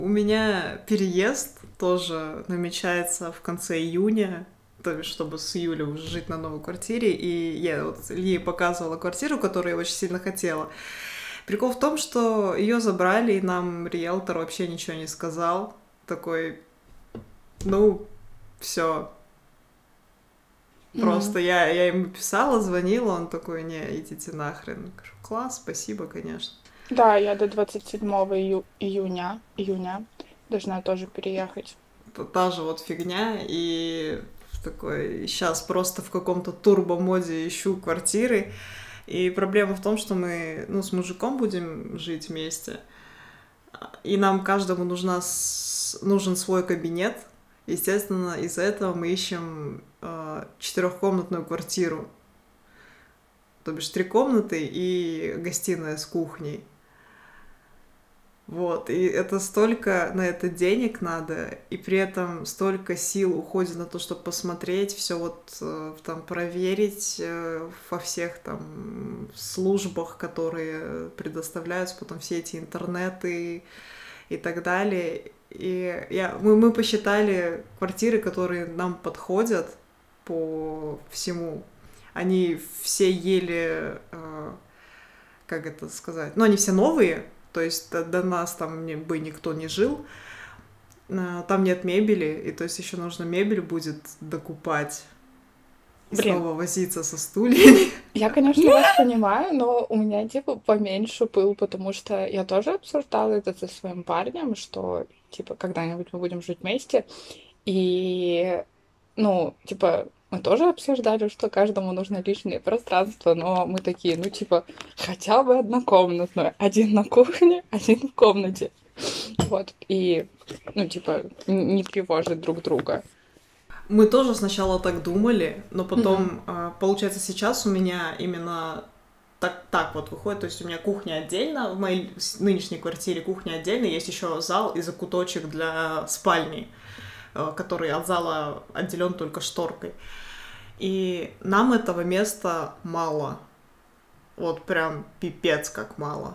У меня переезд тоже намечается в конце июня, то есть чтобы с июля уже жить на новой квартире. И я вот Илье показывала квартиру, которую я очень сильно хотела. Прикол в том, что ее забрали, и нам риэлтор вообще ничего не сказал. Такой, ну, все. Ну, Просто я ему писала, звонила, он такой, не, идите нахрен. Говорю, класс, спасибо, конечно. да, я до 27 июня должна тоже переехать. Та же вот фигня, и такой сейчас просто в каком-то турбо-моде ищу квартиры. И проблема в том, что мы, ну, с мужиком будем жить вместе, и нам каждому нужен свой кабинет. Естественно, из-за этого мы ищем четырехкомнатную квартиру, то бишь 3 комнаты и гостиная с кухней. Вот, и это столько на это денег надо, и при этом столько сил уходит на то, чтобы посмотреть, все вот там проверить во всех там службах, которые предоставляются, потом все эти интернеты и так далее. Мы посчитали квартиры, которые нам подходят по всему. Они все еле, как это сказать, ну, они все новые, то есть до нас там бы никто не жил, там нет мебели, и то есть еще нужно мебель будет докупать и Блин, снова возиться со стульями. я, конечно, вас понимаю, но у меня, типа, поменьше был, потому что я тоже обсуждала это со своим парнем, что, типа, когда-нибудь мы будем жить вместе, и, ну, типа, мы тоже обсуждали, что каждому нужно личное пространство, но мы такие, ну, типа, хотя бы однокомнатную, один на кухне, один в комнате, вот, и, ну, типа, не тревожить друг друга. Мы тоже сначала так думали, но Мгм. потом, получается, сейчас у меня именно так вот выходит, то есть у меня кухня отдельно, в моей нынешней квартире кухня отдельно, есть еще зал и закуточек для спальни, который от зала отделен только шторкой. И нам этого места мало. Вот прям пипец как мало.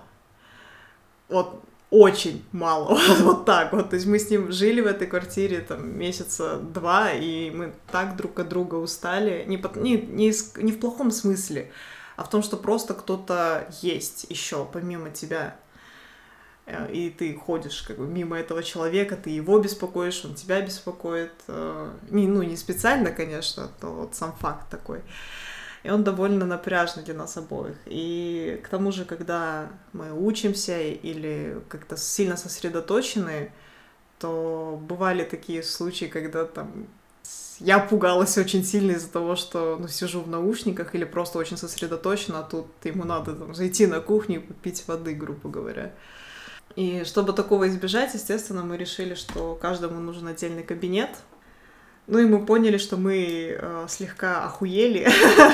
Вот очень мало. Вот так вот. То есть мы с ним жили в этой квартире там месяца 2, и мы так друг от друга устали. Не в плохом смысле, а в том, что просто кто-то есть еще помимо тебя. И ты ходишь как бы мимо этого человека, ты его беспокоишь, он тебя беспокоит. Не специально, конечно, но вот сам факт такой. И он довольно напряжный для нас обоих. И к тому же, когда мы учимся или как-то сильно сосредоточены, то бывали такие случаи, когда там я пугалась очень сильно из-за того, что сижу в наушниках или просто очень сосредоточена, а тут ему надо там, зайти на кухню и попить воды, грубо говоря. И чтобы такого избежать, естественно, мы решили, что каждому нужен отдельный кабинет. Ну и мы поняли, что мы слегка охуели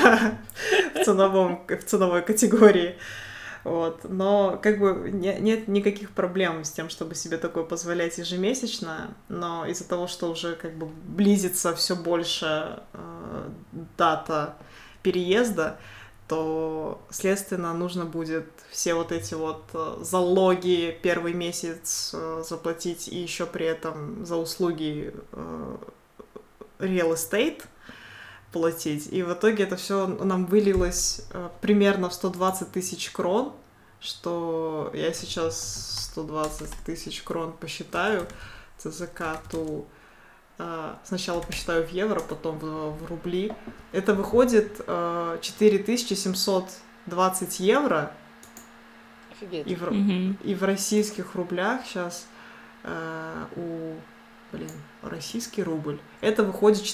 в ценовой категории. Вот. Но как бы нет никаких проблем с тем, чтобы себе такое позволять ежемесячно. Но из-за того, что уже как бы близится все больше дата переезда, то, следственно, нужно будет все вот эти вот залоги первый месяц заплатить и еще при этом за услуги real estate платить. И в итоге это все нам вылилось примерно в 120 тысяч крон, что я сейчас 120 тысяч крон посчитаю, ЦЗК, ту сначала посчитаю в евро, потом в рубли. Это выходит 4720 евро, и Офигеть. Мгм. и в российских рублях сейчас российский рубль. Это выходит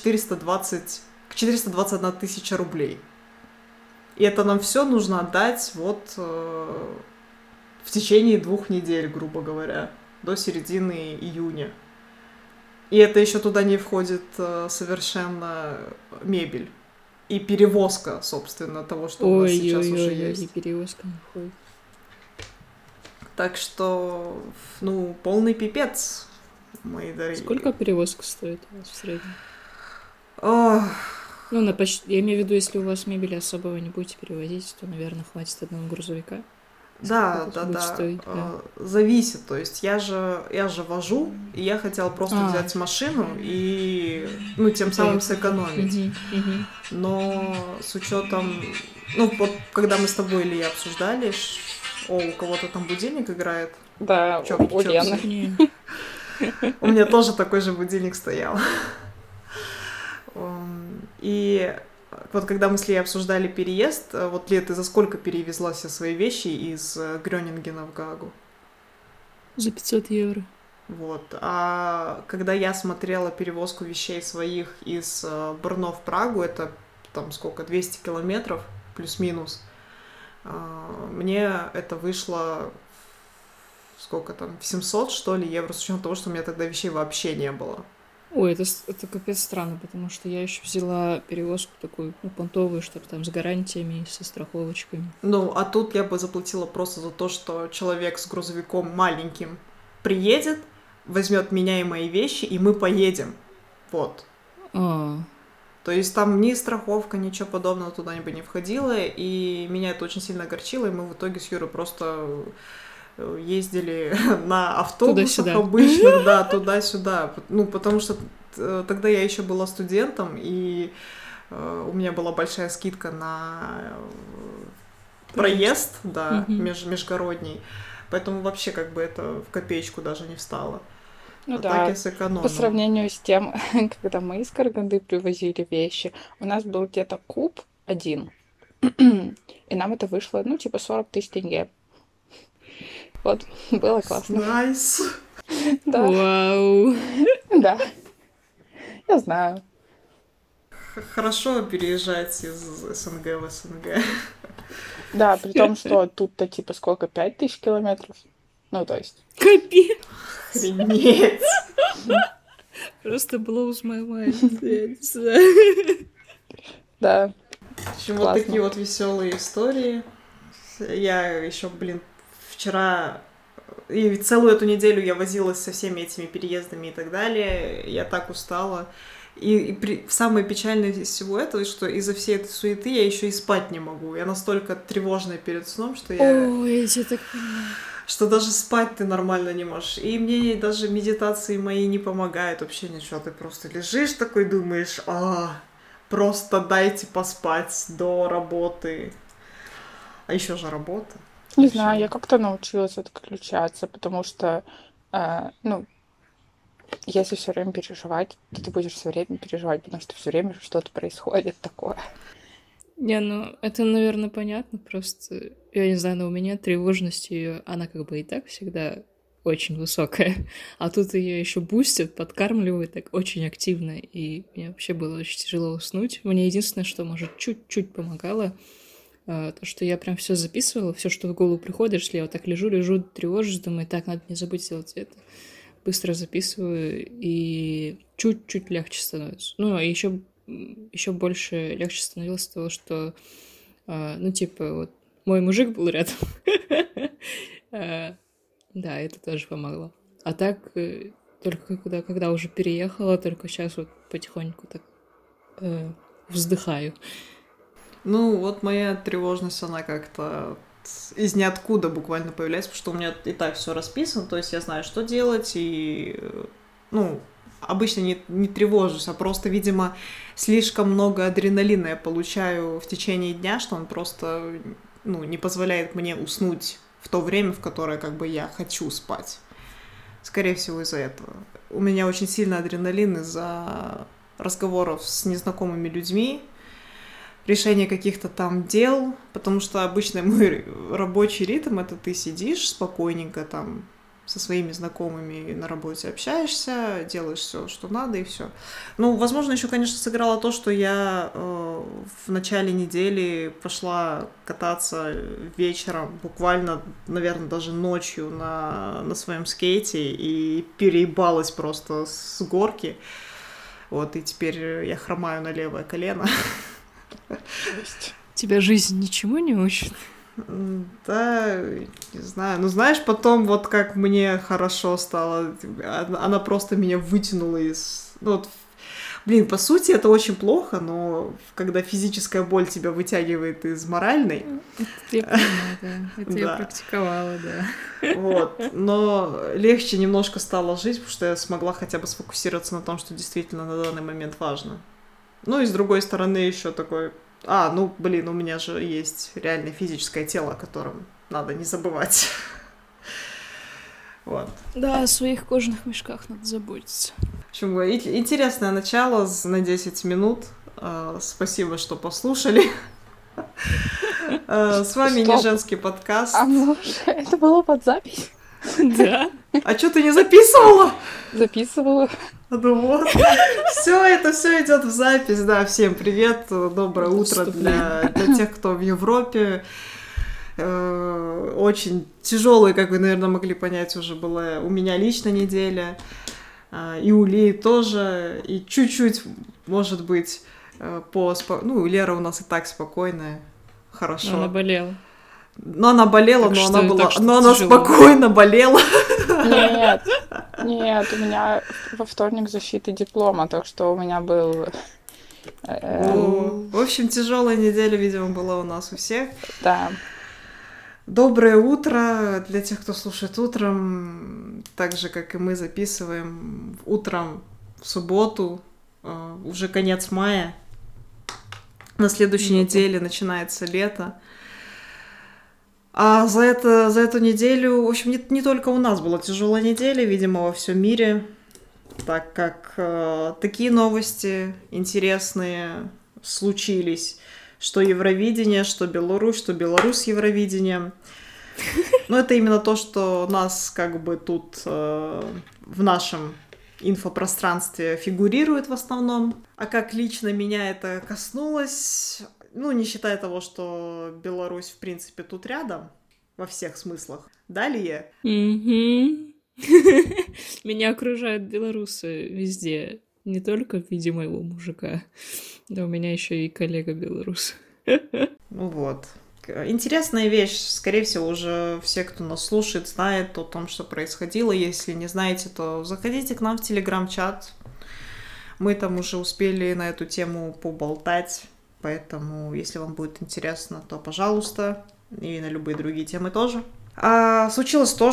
421 тысяча рублей. И это нам все нужно отдать вот в течение 2 недель, грубо говоря, до середины июня. И это еще туда не входит совершенно мебель. И перевозка, собственно, того, что у нас сейчас уже Ой-ой-ой, и есть. перевозка не входит. Так что, полный пипец, мои Сколько дорогие. перевозка стоит у вас в среднем? Ох, Ну, я имею в виду, если у вас мебели особого не будете перевозить, то, наверное, хватит одного грузовика. Да, Сколько да, это будет да. стоить, да. Зависит. То есть я же вожу, и я хотела просто А, взять машину и, ну, тем это самым я поняла. сэкономить. Но с учетом, ну, вот когда мы с тобой, Илья, обсуждали, у кого-то там будильник играет, Да, у чопси. Лены. Не, У меня тоже такой же будильник стоял. И вот когда мы с Лей обсуждали переезд, вот, Лия, ты за сколько перевезла все свои вещи из Грёнингена в Гаагу? за 500 евро. Вот. А когда я смотрела перевозку вещей своих из Брно в Прагу, это там сколько, 200 километров, плюс-минус, мне это вышло сколько там, в 700, что ли, евро, с учетом того, что у меня тогда вещей вообще не было. Ой, это капец странно, потому что я еще взяла перевозку такую, ну, понтовую, чтобы там с гарантиями, со страховочками. Ну, а тут я бы заплатила просто за то, что человек с грузовиком маленьким приедет, возьмет меня и мои вещи, и мы поедем. Вот. А, То есть там ни страховка, ничего подобного туда бы не входило, и меня это очень сильно огорчило, и мы в итоге с Юрой просто ездили на автобусах туда-сюда. обычных, да, туда-сюда. Ну, потому что тогда я еще была студентом, и у меня была большая скидка на проезд, да, Мгм. межгородний. Поэтому вообще как бы это в копеечку даже не встало. Ну А так я да, по сэкономила. сравнению с тем, когда мы из Караганды привозили вещи, у нас был где-то куб один, и нам это вышло, ну, типа 40 тысяч тенге. Вот, было классно. Найс. Да, Вау. да, я знаю. Хорошо переезжать из СНГ в СНГ. Да, при том, что тут-то типа сколько, 5000 километров? Ну, то есть, Капец. Охренеть. Просто blows my mind. Я не знаю. да, В общем, вот классно. такие вот веселые истории. Я еще, блин, вчера и целую эту неделю я возилась со всеми этими переездами и так далее. Я так устала. И самое печальное из всего этого, что из-за всей этой суеты я еще и спать не могу. Я настолько тревожная перед сном, что Ой, я тебя так понимаю. что даже спать ты нормально не можешь. И мне даже медитации мои не помогают вообще ничего. Ты просто лежишь такой, думаешь, просто дайте поспать до работы. А еще же работа. Не В знаю, я общем, как-то научилась отключаться, потому что, ну, если все время переживать, то ты будешь все время переживать, потому что все время что-то происходит такое. Не, ну, это, наверное, понятно, просто, я не знаю, но у меня тревожность ее, она как бы и так всегда очень высокая, а тут ее еще бустят, подкармливают так очень активно, и мне вообще было очень тяжело уснуть. Мне единственное, что, может, чуть-чуть помогало, то, что я прям все записывала, все, что в голову приходит, если я вот так лежу, тревожусь, думаю, так, надо не забыть сделать это, быстро записываю, и чуть-чуть легче становится. Ну, а еще больше легче становилось от того, что, ну, типа, вот мой мужик был рядом. Да, это тоже помогло. А так, только когда уже переехала, только сейчас вот потихоньку так вздыхаю. ну, вот моя тревожность, она как-то из ниоткуда буквально появляется, потому что у меня и так все расписано, то есть я знаю, что делать, и, ну, обычно не тревожусь, а просто, видимо, слишком много адреналина я получаю в течение дня, что он просто, ну, не позволяет мне уснуть в то время, в которое как бы я хочу спать. Скорее всего, из-за этого. У меня очень сильный адреналин из-за разговоров с незнакомыми людьми, решение каких-то там дел, потому что обычно мой рабочий ритм — это ты сидишь спокойненько там со своими знакомыми на работе общаешься, делаешь все, что надо, и все. Ну, возможно, еще, конечно, сыграло то, что я в начале недели пошла кататься вечером, буквально, наверное, даже ночью на своем скейте и переебалась просто с горки. Вот, и теперь я хромаю на левое колено. Жесть. Тебя жизнь ничему не учит? Да, не знаю. Ну, знаешь, потом вот как мне хорошо стало, она просто меня вытянула из... Ну, вот Блин, по сути, это очень плохо, но когда физическая боль тебя вытягивает из моральной... Это я понимаю, да. Это я Да. практиковала, да. Вот. Но легче немножко стало жить, потому что я смогла хотя бы сфокусироваться на том, что действительно на данный момент важно. Ну и с другой стороны еще такой... ну, блин, у меня же есть реальное физическое тело, о котором надо не забывать. Вот. Да, о своих кожаных мешках надо заботиться. В общем, интересное начало на 10 минут. Спасибо, что послушали. С вами Стоп. Не женский подкаст. А может, это было под запись? Да. А что ты не записывала? Записывала. Ну вот. Это все идет в запись. Да, всем привет. Доброе утро для тех, кто в Европе. Очень тяжелая, как вы, наверное, могли понять, уже была у меня лично неделя. И у Лии тоже. И чуть-чуть, может быть, Лера у нас и так спокойная. Хорошо. Она болела. Но она болела, Так но что- она была, так что но она тяжело. спокойно болела. Нет, у меня во вторник защита диплома, так что у меня был... В общем, тяжелая неделя, видимо, была у нас у всех. Да. Доброе утро для тех, кто слушает утром, так же, как и мы записываем утром в субботу, уже конец мая. На следующей неделе начинается лето. А за эту неделю, в общем, не только у нас была тяжелая неделя, видимо, во всем мире, так как такие новости интересные случились, что Евровидение, что Беларусь с Евровидением. Но это именно то, что нас как бы тут в нашем инфопространстве фигурирует в основном. А как лично меня это коснулось... не считая того, что Беларусь, в принципе, тут рядом, во всех смыслах. Далее. Мгм. Меня окружают белорусы везде. Не только в виде моего мужика. Да, у меня еще и коллега белорус. Вот. Интересная вещь. Скорее всего, уже все, кто нас слушает, знает о том, что происходило. Если не знаете, то заходите к нам в Телеграм-чат. Мы там уже успели на эту тему поболтать. Поэтому, если вам будет интересно, то пожалуйста. И на любые другие темы тоже. Случилось то,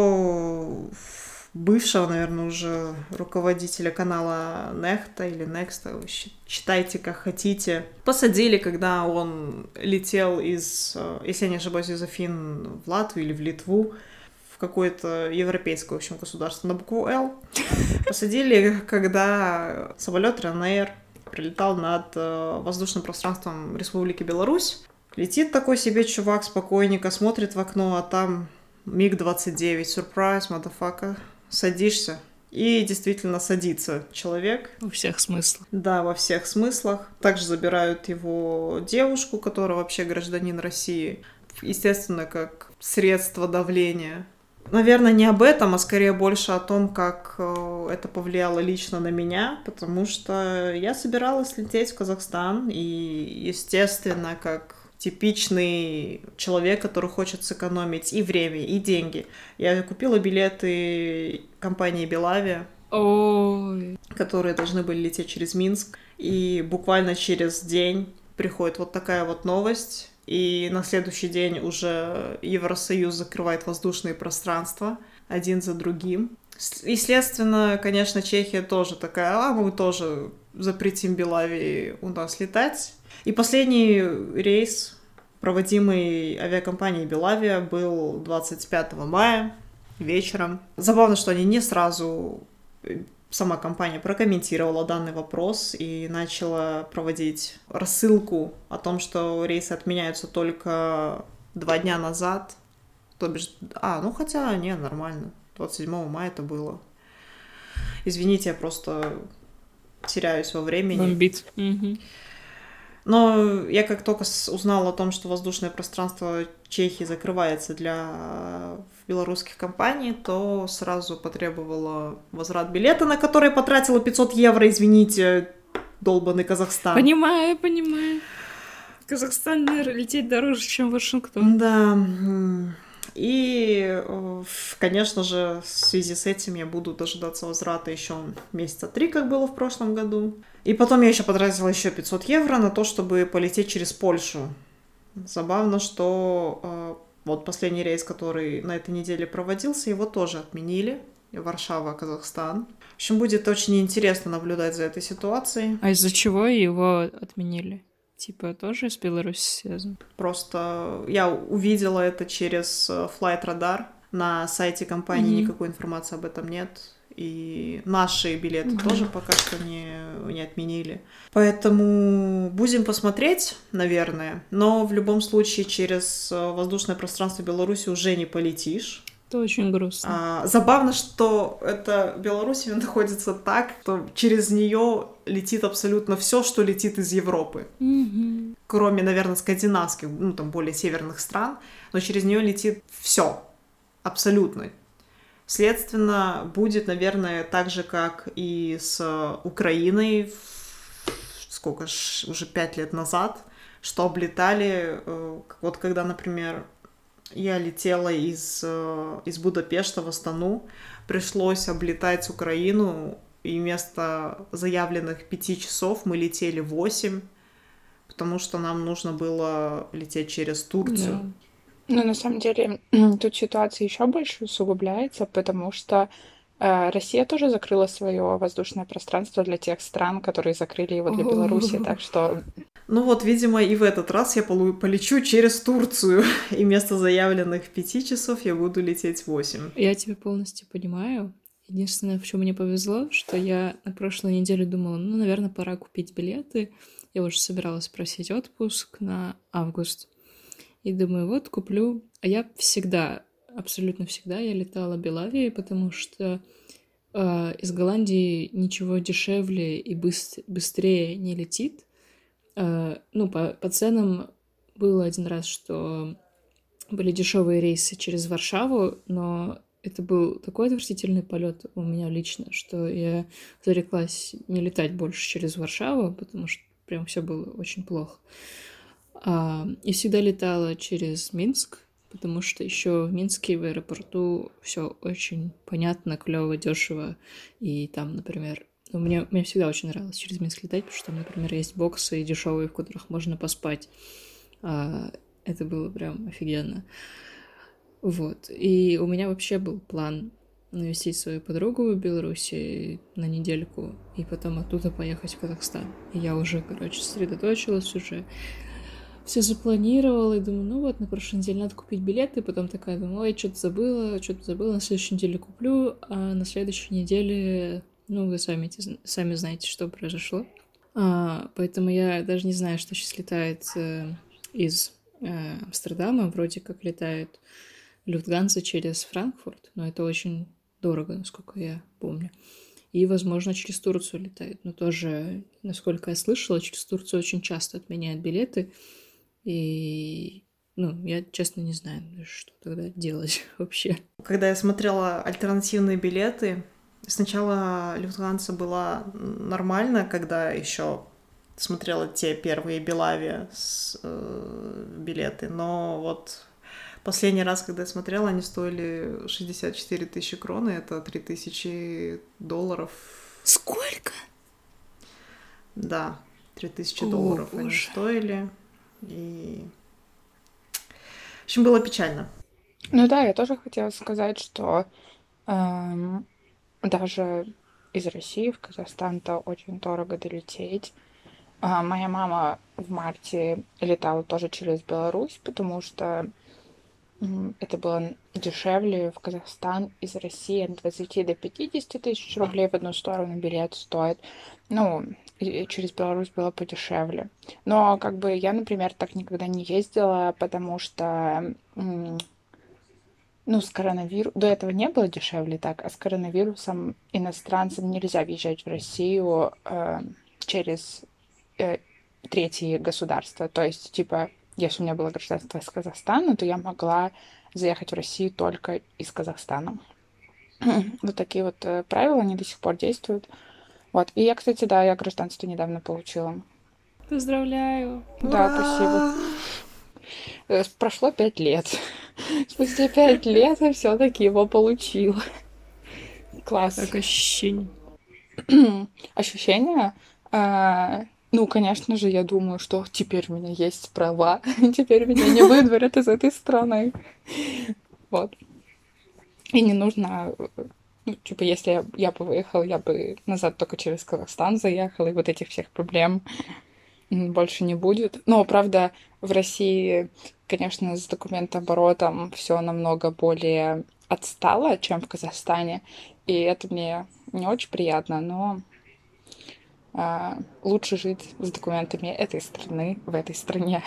что бывшего, наверное, уже руководителя канала Нехта или Некста, считайте как хотите, посадили, когда он летел если я не ошибаюсь, из Афин в Латвию или в Литву, в какое-то европейское, в общем, государство на букву «Л». Посадили, когда самолет Ryanair прилетал над воздушным пространством Республики Беларусь. Летит такой себе чувак спокойненько, смотрит в окно, а там МиГ-29. Сюрприз, мадафака. Садишься. И действительно садится человек. Во всех смыслах. Да, во всех смыслах. Также забирают его девушку, которая вообще гражданин России. Естественно, как средство давления. Наверное, не об этом, а скорее больше о том, как это повлияло лично на меня, потому что я собиралась лететь в Казахстан, и, естественно, как типичный человек, который хочет сэкономить и время, и деньги, я купила билеты компании Белавия, Ой. которые должны были лететь через Минск, и буквально через день приходит вот такая вот новость. И на следующий день уже Евросоюз закрывает воздушные пространства один за другим. И, следственно, конечно, Чехия тоже такая, мы тоже запретим Белавии у нас летать. И последний рейс, проводимый авиакомпанией Белавия, был 25 мая вечером. Забавно, что они не сразу... Сама компания прокомментировала данный вопрос и начала проводить рассылку о том, что рейсы отменяются только 2 дня назад. То бишь... нормально. 27 мая это было. Извините, я просто теряюсь во времени. Бомбит. Угу. Но я как только узнала о том, что воздушное пространство Чехии закрывается для белорусских компаний, то сразу потребовала возврат билета, на который потратила 500 евро, извините, долбанный Казахстан. Понимаю. Казахстан, наверное, лететь дороже, чем Вашингтон. Да. И, конечно же, в связи с этим я буду дожидаться возврата еще месяца 3, как было в прошлом году. И потом я еще потратила еще 500 евро на то, чтобы полететь через Польшу. Забавно, что вот последний рейс, который на этой неделе проводился, его тоже отменили. Варшава, Казахстан. В общем, будет очень интересно наблюдать за этой ситуацией. А из-за чего его отменили? Типа тоже с Беларусью связано? Просто я увидела это через Flight Radar. На сайте компании никакой информации об этом нет. И наши билеты тоже пока что не отменили. Поэтому будем посмотреть, наверное. Но в любом случае через воздушное пространство Беларуси уже не полетишь. Это очень грустно. Забавно, что эта Беларусь находится так, что через нее летит абсолютно все, что летит из Европы. Кроме, наверное, скандинавских, там более северных стран, но через нее летит все. Абсолютно. Следственно, будет, наверное, так же, как и с Украиной, сколько ж, уже 5 лет назад, что облетали, вот когда, например, я летела из Будапешта в Астану, пришлось облетать Украину, и вместо заявленных 5 часов мы летели 8, потому что нам нужно было лететь через Турцию. Да. Ну, на самом деле, тут ситуация еще больше усугубляется, потому что Россия тоже закрыла свое воздушное пространство для тех стран, которые закрыли его для Беларуси, так что... Ну вот, видимо, и в этот раз я полечу через Турцию, и вместо заявленных 5 часов я буду лететь 8. Я тебя полностью понимаю. Единственное, в чем мне повезло, что я на прошлой неделе думала, ну, наверное, пора купить билеты. Я уже собиралась просить отпуск на август. И думаю, вот, куплю. А я всегда, абсолютно всегда, я летала Белавией, потому что из Голландии ничего дешевле и быстрее не летит. Ну, по ценам было один раз, что были дешевые рейсы через Варшаву, но это был такой отвратительный полет у меня лично, что я зареклась не летать больше через Варшаву, потому что прям все было очень плохо. И всегда летала через Минск, потому что еще в Минске в аэропорту все очень понятно, клево, дешево. И там, например, мне всегда очень нравилось через Минск летать, потому что там, например, есть боксы дешевые, в которых можно поспать. Это было прям офигенно. Вот. И у меня вообще был план навестить свою подругу в Беларуси на недельку и потом оттуда поехать в Казахстан. И я уже, сосредоточилась уже. Все запланировала, и думаю, ну вот, на прошлой неделе надо купить билеты, потом такая, думаю, ой, что-то забыла, на следующей неделе куплю, а на следующей неделе, ну, вы сами знаете, что произошло. Поэтому я даже не знаю, что сейчас летает из Амстердама, вроде как летает Люфтганза через Франкфурт, но это очень дорого, насколько я помню. И, возможно, через Турцию летает, но тоже, насколько я слышала, через Турцию очень часто отменяют билеты. И, я, честно, не знаю, что тогда делать вообще. Когда я смотрела альтернативные билеты, сначала Люфтганза была нормально, когда еще смотрела те первые Белавия билеты, но вот последний раз, когда я смотрела, они стоили 64 тысячи крон, и это $3000. Сколько? Да, $3000 они стоили. И... В общем, было печально. Ну да, я тоже хотела сказать, что даже из России в Казахстан-то очень дорого долететь. Моя мама в марте летала тоже через Беларусь, потому что это было дешевле в Казахстан из России от 20 до 50 тысяч рублей в одну сторону билет стоит. И через Беларусь было подешевле. Но я, например, так никогда не ездила, потому что с коронавирусом... До этого не было дешевле так, а с коронавирусом иностранцам нельзя въезжать в Россию через третьи государства. То есть, если у меня было гражданство из Казахстана, то я могла заехать в Россию только из Казахстана. Вот такие вот правила, они до сих пор действуют. Вот. И я, кстати, я гражданство недавно получила. Поздравляю! Да, спасибо. Прошло 5 лет. Спустя 5 лет я все-таки его получила. Класс. Как ощущение? Ощущения? Ну, конечно же, я думаю, что теперь у меня есть права, теперь меня не выдворят из этой страны. Вот. И не нужно, ну, типа, если я бы выехала, я бы назад только через Казахстан заехала, и вот этих всех проблем больше не будет. Но, правда, в России, конечно, с документооборотом все намного более отстало, чем в Казахстане. И это мне не очень приятно, но лучше жить с документами этой страны в этой стране.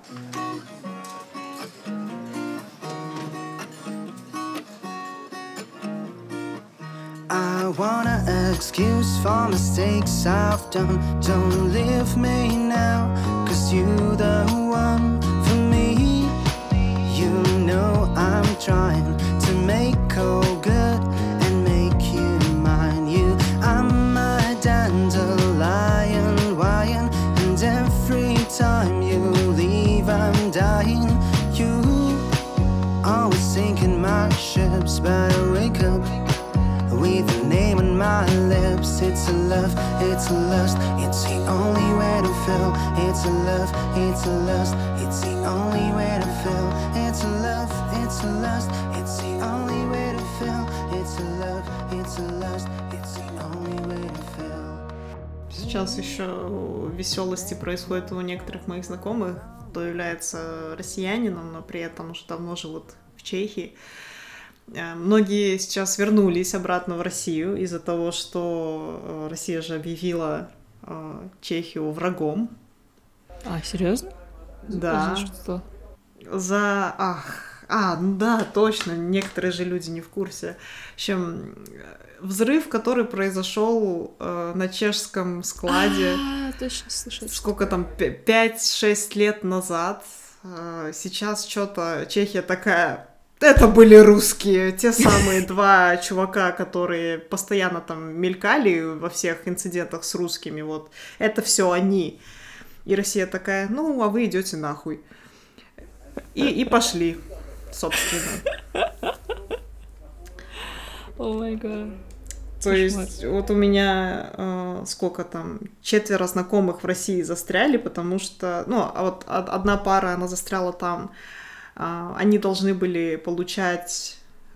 I want an excuse for mistakes I've done. Don't leave me now, 'cause you're the one for me. You know I'm trying to make all good and make you mine. You are my dandelion wine, and every time you leave I'm dying. You always sinking my ships, but I wake up with your name on my lips. It's a love, it's a lust, it's the only way to feel. It's a love, it's a lust, it's the only way to feel. It's a love, it's a lust, it's the only way to feel. It's a love, it's a lust, it's the only way to feel. Сейчас еще веселости происходит у некоторых моих знакомых, кто является россиянином, но при этом уже давно живут в Чехии. Многие сейчас вернулись обратно в Россию из-за того, что Россия же объявила Чехию врагом. А, серьезно? Да. За что? Ну да, точно, некоторые же люди не в курсе. В общем, взрыв, который произошел на чешском складе. Точно слышала. Сколько там, 5-6 лет назад. Сейчас что-то Чехия такая... Это были русские, те самые два чувака, которые постоянно там мелькали во всех инцидентах с русскими, вот. Это все они. И Россия такая, ну, а вы идете нахуй. И пошли, собственно. О май гад. То есть вот у меня сколько там, 4 знакомых в России застряли, потому что, ну, а вот одна пара, она застряла там. Они должны были получать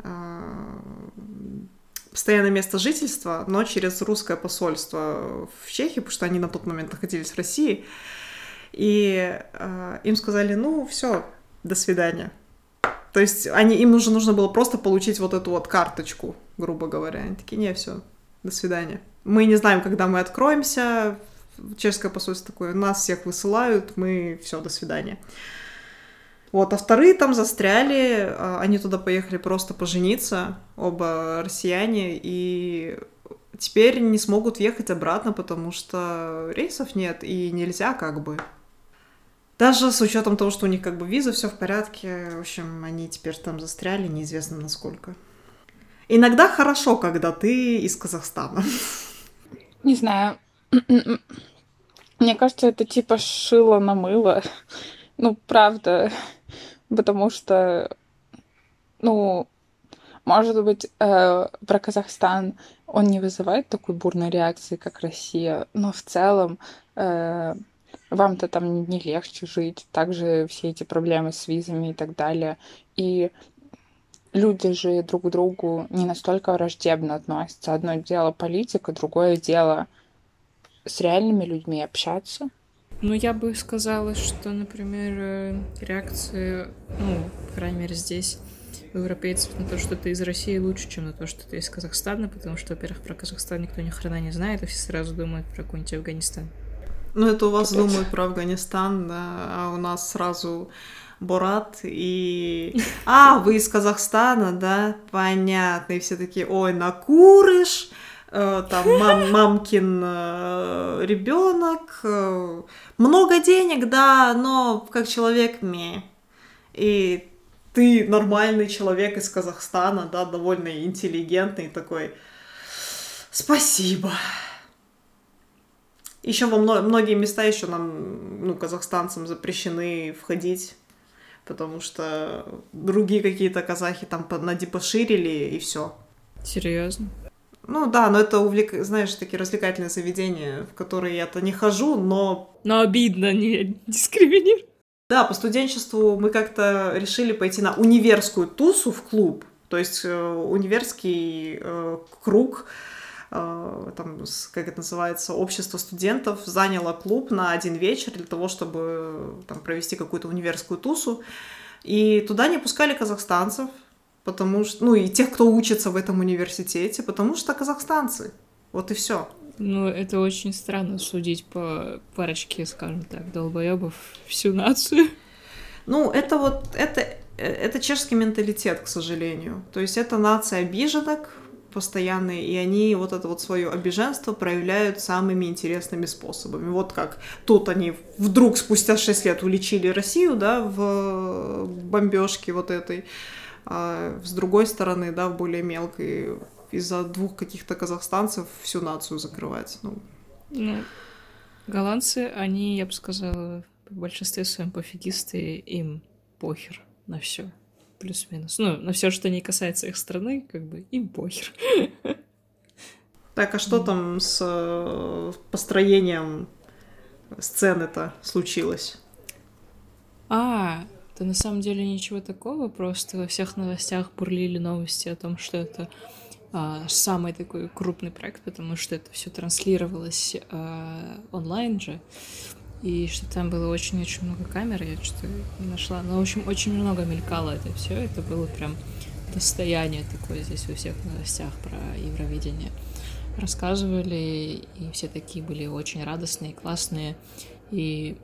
постоянное место жительства, но через русское посольство в Чехии, потому что они на тот момент находились в России. И им сказали, ну, все, до свидания. То есть им уже нужно было просто получить вот эту вот карточку, грубо говоря. Они такие, не, все, до свидания. Мы не знаем, когда мы откроемся. Чешское посольство такое, нас всех высылают, мы все, до свидания. Вот, а вторые там застряли, они туда поехали просто пожениться, оба россияне, и теперь не смогут въехать обратно, потому что рейсов нет, и нельзя как бы. Даже с учетом того, что у них как бы виза, все в порядке, в общем, они теперь там застряли, неизвестно насколько. Иногда хорошо, когда ты из Казахстана. Не знаю. Мне кажется, это типа шило на мыло. Ну, правда. Потому что, ну, может быть, про Казахстан он не вызывает такой бурной реакции, как Россия, но в целом вам-то там не легче жить. Также все эти проблемы с визами и так далее. И люди же друг к другу не настолько враждебно относятся. Одно дело политика, другое дело с реальными людьми общаться. Ну, я бы сказала, что, например, реакции, ну, по крайней мере, здесь у европейцев на то, что ты из России, лучше, чем на то, что ты из Казахстана, потому что, во-первых, про Казахстан никто ни хрена не знает, и все сразу думают про какой-нибудь Афганистан. Ну, это у вас думают про Афганистан, да, а у нас сразу Борат и... А, вы из Казахстана, да? Понятно. И все такие, ой, накурыш, там мамкин ребенок, много денег, да, но как человек и ты нормальный человек из Казахстана, да, довольно интеллигентный такой. Спасибо. Еще во многие места еще нам, ну, казахстанцам запрещены входить потому что другие какие-то казахи там поширили, и все. Серьезно? Ну да, но это, знаешь, такие развлекательные заведения, в которые я-то не хожу, но... Но обидно, не дискриминировать. Да, по студенчеству мы как-то решили пойти на универскую тусу в клуб, то есть универский круг, там, как это называется, общество студентов заняло клуб на один вечер для того, чтобы там провести какую-то универскую тусу, и туда не пускали казахстанцев, потому что, ну, и тех, кто учится в этом университете, потому что казахстанцы. Вот и все. Ну, это очень странно судить по парочке, скажем так, долбоебов всю нацию. Ну, это чешский менталитет, к сожалению. То есть это нация обиженок постоянные, и они вот это вот свое обиженство проявляют самыми интересными способами. Вот как тут они вдруг спустя 6 лет уличили Россию, да, в бомбежке вот этой, а с другой стороны, да, в более мелкой, из-за 2 каких-то казахстанцев всю нацию закрывать. Ну, голландцы, они, я бы сказала, в большинстве своем пофигисты, им похер на все, плюс-минус. Ну, на все, что не касается их страны, как бы им похер. Так, а что там с построением сцены-то случилось? Да на самом деле ничего такого, просто во всех новостях бурлили новости о том, что это самый такой крупный проект, потому что это все транслировалось онлайн же, и что там было очень-очень много камер, я что-то не нашла, но, в общем, очень много мелькало это все, это было прям достояние такое здесь во всех новостях про Евровидение. Рассказывали, и все такие были очень радостные, классные, и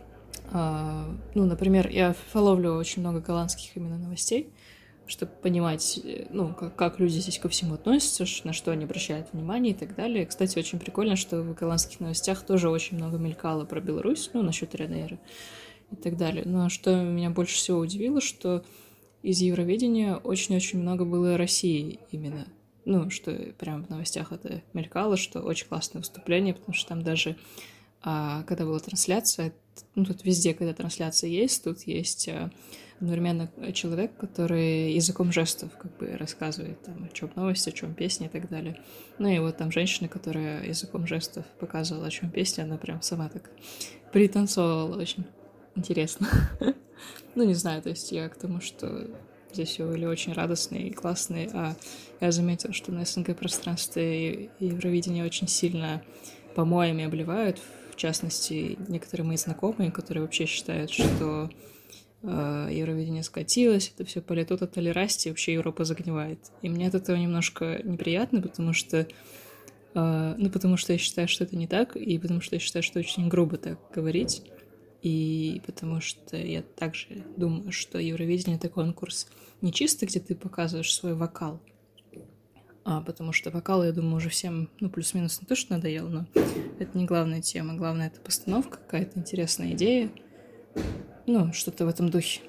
ну, например, я фоловлю очень много голландских именно новостей, чтобы понимать, ну, как люди здесь ко всему относятся, на что они обращают внимание и так далее. Кстати, очень прикольно, что в голландских новостях тоже очень много мелькало про Беларусь, ну, насчет Ryanair и так далее. Но что меня больше всего удивило, что из Евровидения очень-очень много было России именно. Ну, что прям в новостях это мелькало, что очень классное выступление, потому что там даже, когда была трансляция, ну, тут везде, когда трансляция есть, тут есть одновременно человек, который языком жестов как бы рассказывает там, о чем новости, о чем песни и так далее. Ну и вот там женщина, которая языком жестов показывала, о чем песня, она прям сама так пританцовывала, очень интересно. Ну, не знаю, то есть я к тому, что здесь все были очень радостные и классные, а я заметила, что на СНГ пространстве Евровидение очень сильно помоями обливают, в частности, некоторые мои знакомые, которые вообще считают, что Евровидение скатилось, это все полетут от толерасти, вообще Европа загнивает. И мне от этого немножко неприятно, потому что потому что я считаю, что это не так, и потому что я считаю, что очень грубо так говорить, и потому что я также думаю, что Евровидение — это конкурс не чисто, где ты показываешь свой вокал, потому что вокал, я думаю, уже всем, ну, плюс-минус не то, что надоел, но это не главная тема. Главное — это постановка, какая-то интересная идея, ну, что-то в этом духе.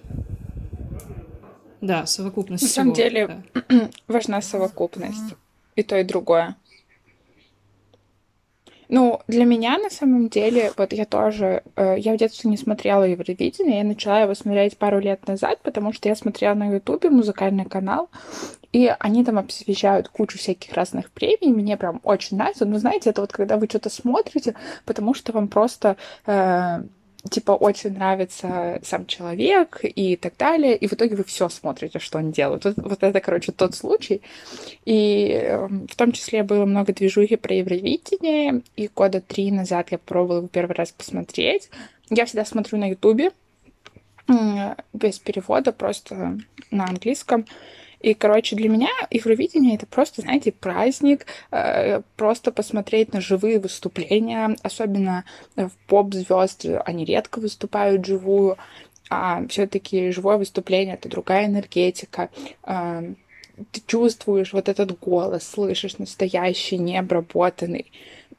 Да, совокупность На всего. самом деле, да. важна совокупность. И то, и другое. Ну, для меня, на самом деле, вот я тоже, я в детстве не смотрела Евровидение, я начала его смотреть пару лет назад, потому что я смотрела на Ютубе музыкальный канал, и они там освещают кучу всяких разных премий, мне прям очень нравится, но знаете, это вот когда вы что-то смотрите, потому что вам просто типа очень нравится сам человек и так далее, и в итоге вы все смотрите, что он делает. Вот это, короче, тот случай. И в том числе было много движухи про Евровидение, и 3 года назад я пробовала его первый раз посмотреть. Я всегда смотрю на Ютубе, без перевода, просто на английском. И, короче, для меня Евровидение — это просто, знаете, праздник, просто посмотреть на живые выступления, особенно в поп-звезд, они редко выступают живую, а все-таки живое выступление — это другая энергетика, ты чувствуешь вот этот голос, слышишь настоящий, необработанный.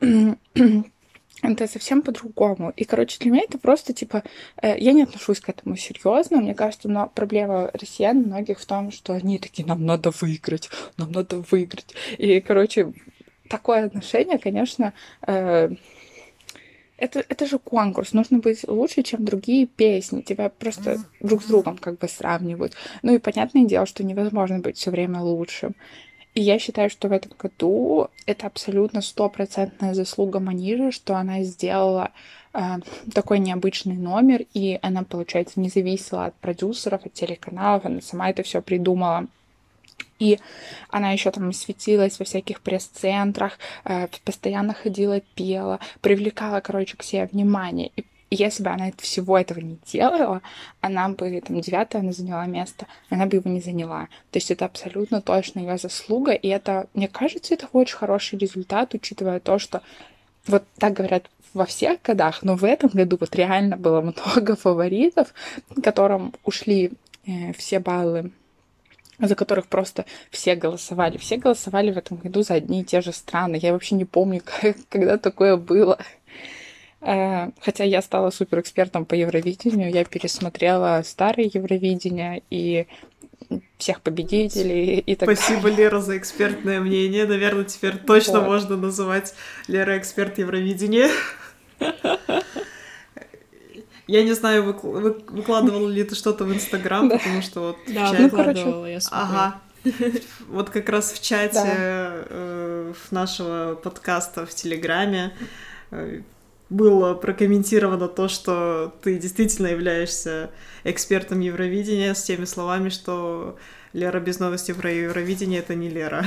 Это совсем по-другому. И, короче, для меня это просто, типа, я не отношусь к этому серьезно. Мне кажется, но проблема россиян многих в том, что они такие: нам надо выиграть, нам надо выиграть. И, короче, такое отношение, конечно, это же конкурс, нужно быть лучше, чем другие песни. Тебя просто друг с другом как бы сравнивают. Ну и понятное дело, что невозможно быть все время лучшим. И я считаю, что в этом году это абсолютно стопроцентная заслуга Манижи, что она сделала такой необычный номер, и она, получается, не зависела от продюсеров, от телеканалов, она сама это все придумала. И она еще там светилась во всяких пресс-центрах, постоянно ходила, пела, привлекала, короче, к себе внимание. И если бы она всего этого не делала, она бы, там, 9-е она заняла место, она бы его не заняла. То есть это абсолютно точно ее заслуга, и это, мне кажется, это очень хороший результат, учитывая то, что вот так говорят во всех годах, но в этом году вот реально было много фаворитов, которым ушли все баллы, за которых просто все голосовали. Все голосовали в этом году за одни и те же страны. Я вообще не помню, когда такое было. Хотя я стала суперэкспертом по Евровидению. Я пересмотрела старые Евровидения и всех победителей и так далее. Спасибо, Лера, за экспертное мнение. Наверное, теперь точно Вот. можно называть Лера эксперт Евровидения. Я не знаю, выкладывала ли ты что-то в Инстаграм, потому что вот в Да, чате... выкладывала, я смотрела. Ага. Вот как раз в чате нашего подкаста в Телеграме было прокомментировано то, что ты действительно являешься экспертом Евровидения с теми словами, что Лера без новостей про Евровидение — это не Лера.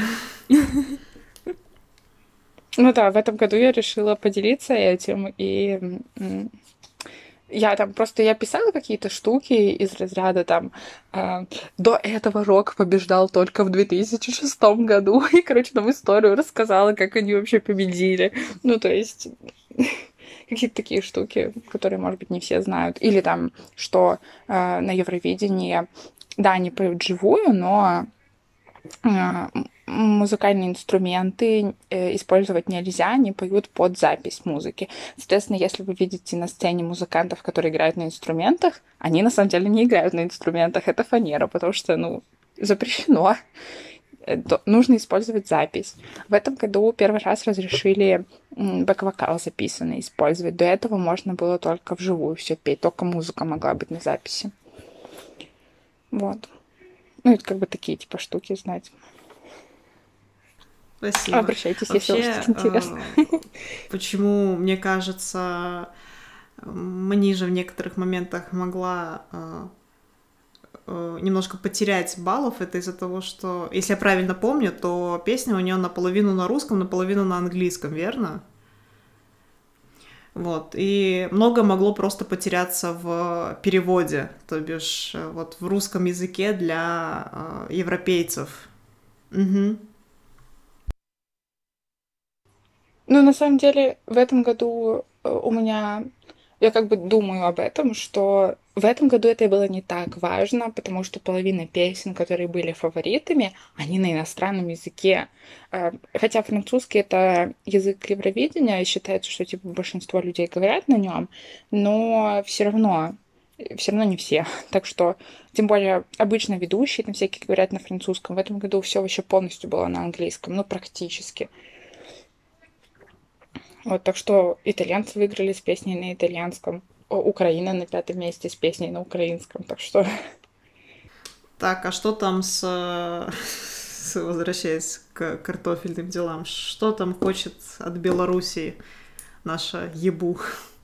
Ну да, в этом году я решила поделиться этим, и я там просто, я писала какие-то штуки из разряда там до этого рок побеждал только в 2006 году, и, короче, там историю рассказала, как они вообще победили. Ну, то есть какие-то такие штуки, которые, может быть, не все знают. Или там, что на Евровидении, да, они поют вживую, но музыкальные инструменты использовать нельзя, они поют под запись музыки. Соответственно, если вы видите на сцене музыкантов, которые играют на инструментах, они на самом деле не играют на инструментах, это фанера, потому что, ну, запрещено. Нужно использовать запись. В этом году первый раз разрешили бэк-вокал записанный использовать. До этого можно было только вживую все петь, только музыка могла быть на записи. Вот. Ну, это как бы такие типа штуки знать. Спасибо. Обращайтесь, если Вообще, вам что-то интересно. почему, мне кажется, Манижа в некоторых моментах могла немножко потерять баллов, это из-за того, что, если я правильно помню, то песня у нее наполовину на русском, наполовину на английском, верно? Вот, и много могло просто потеряться в переводе, то бишь вот в русском языке для европейцев. Угу. Ну, на самом деле, в этом году у меня... Я как бы думаю об этом, что в этом году это было не так важно, потому что половина песен, которые были фаворитами, они на иностранном языке. Хотя французский — это язык Евровидения, и считается, что типа большинство людей говорят на нем, но все равно не все. Так что, тем более, обычно ведущие там всякие говорят на французском. В этом году все вообще полностью было на английском, ну, практически. Вот, так что итальянцы выиграли с песней на итальянском. Украина на 5-м месте с песней на украинском. Так что... Так, а что там возвращаясь к картофельным делам, что там хочет от Белоруссии наша ЕБУ?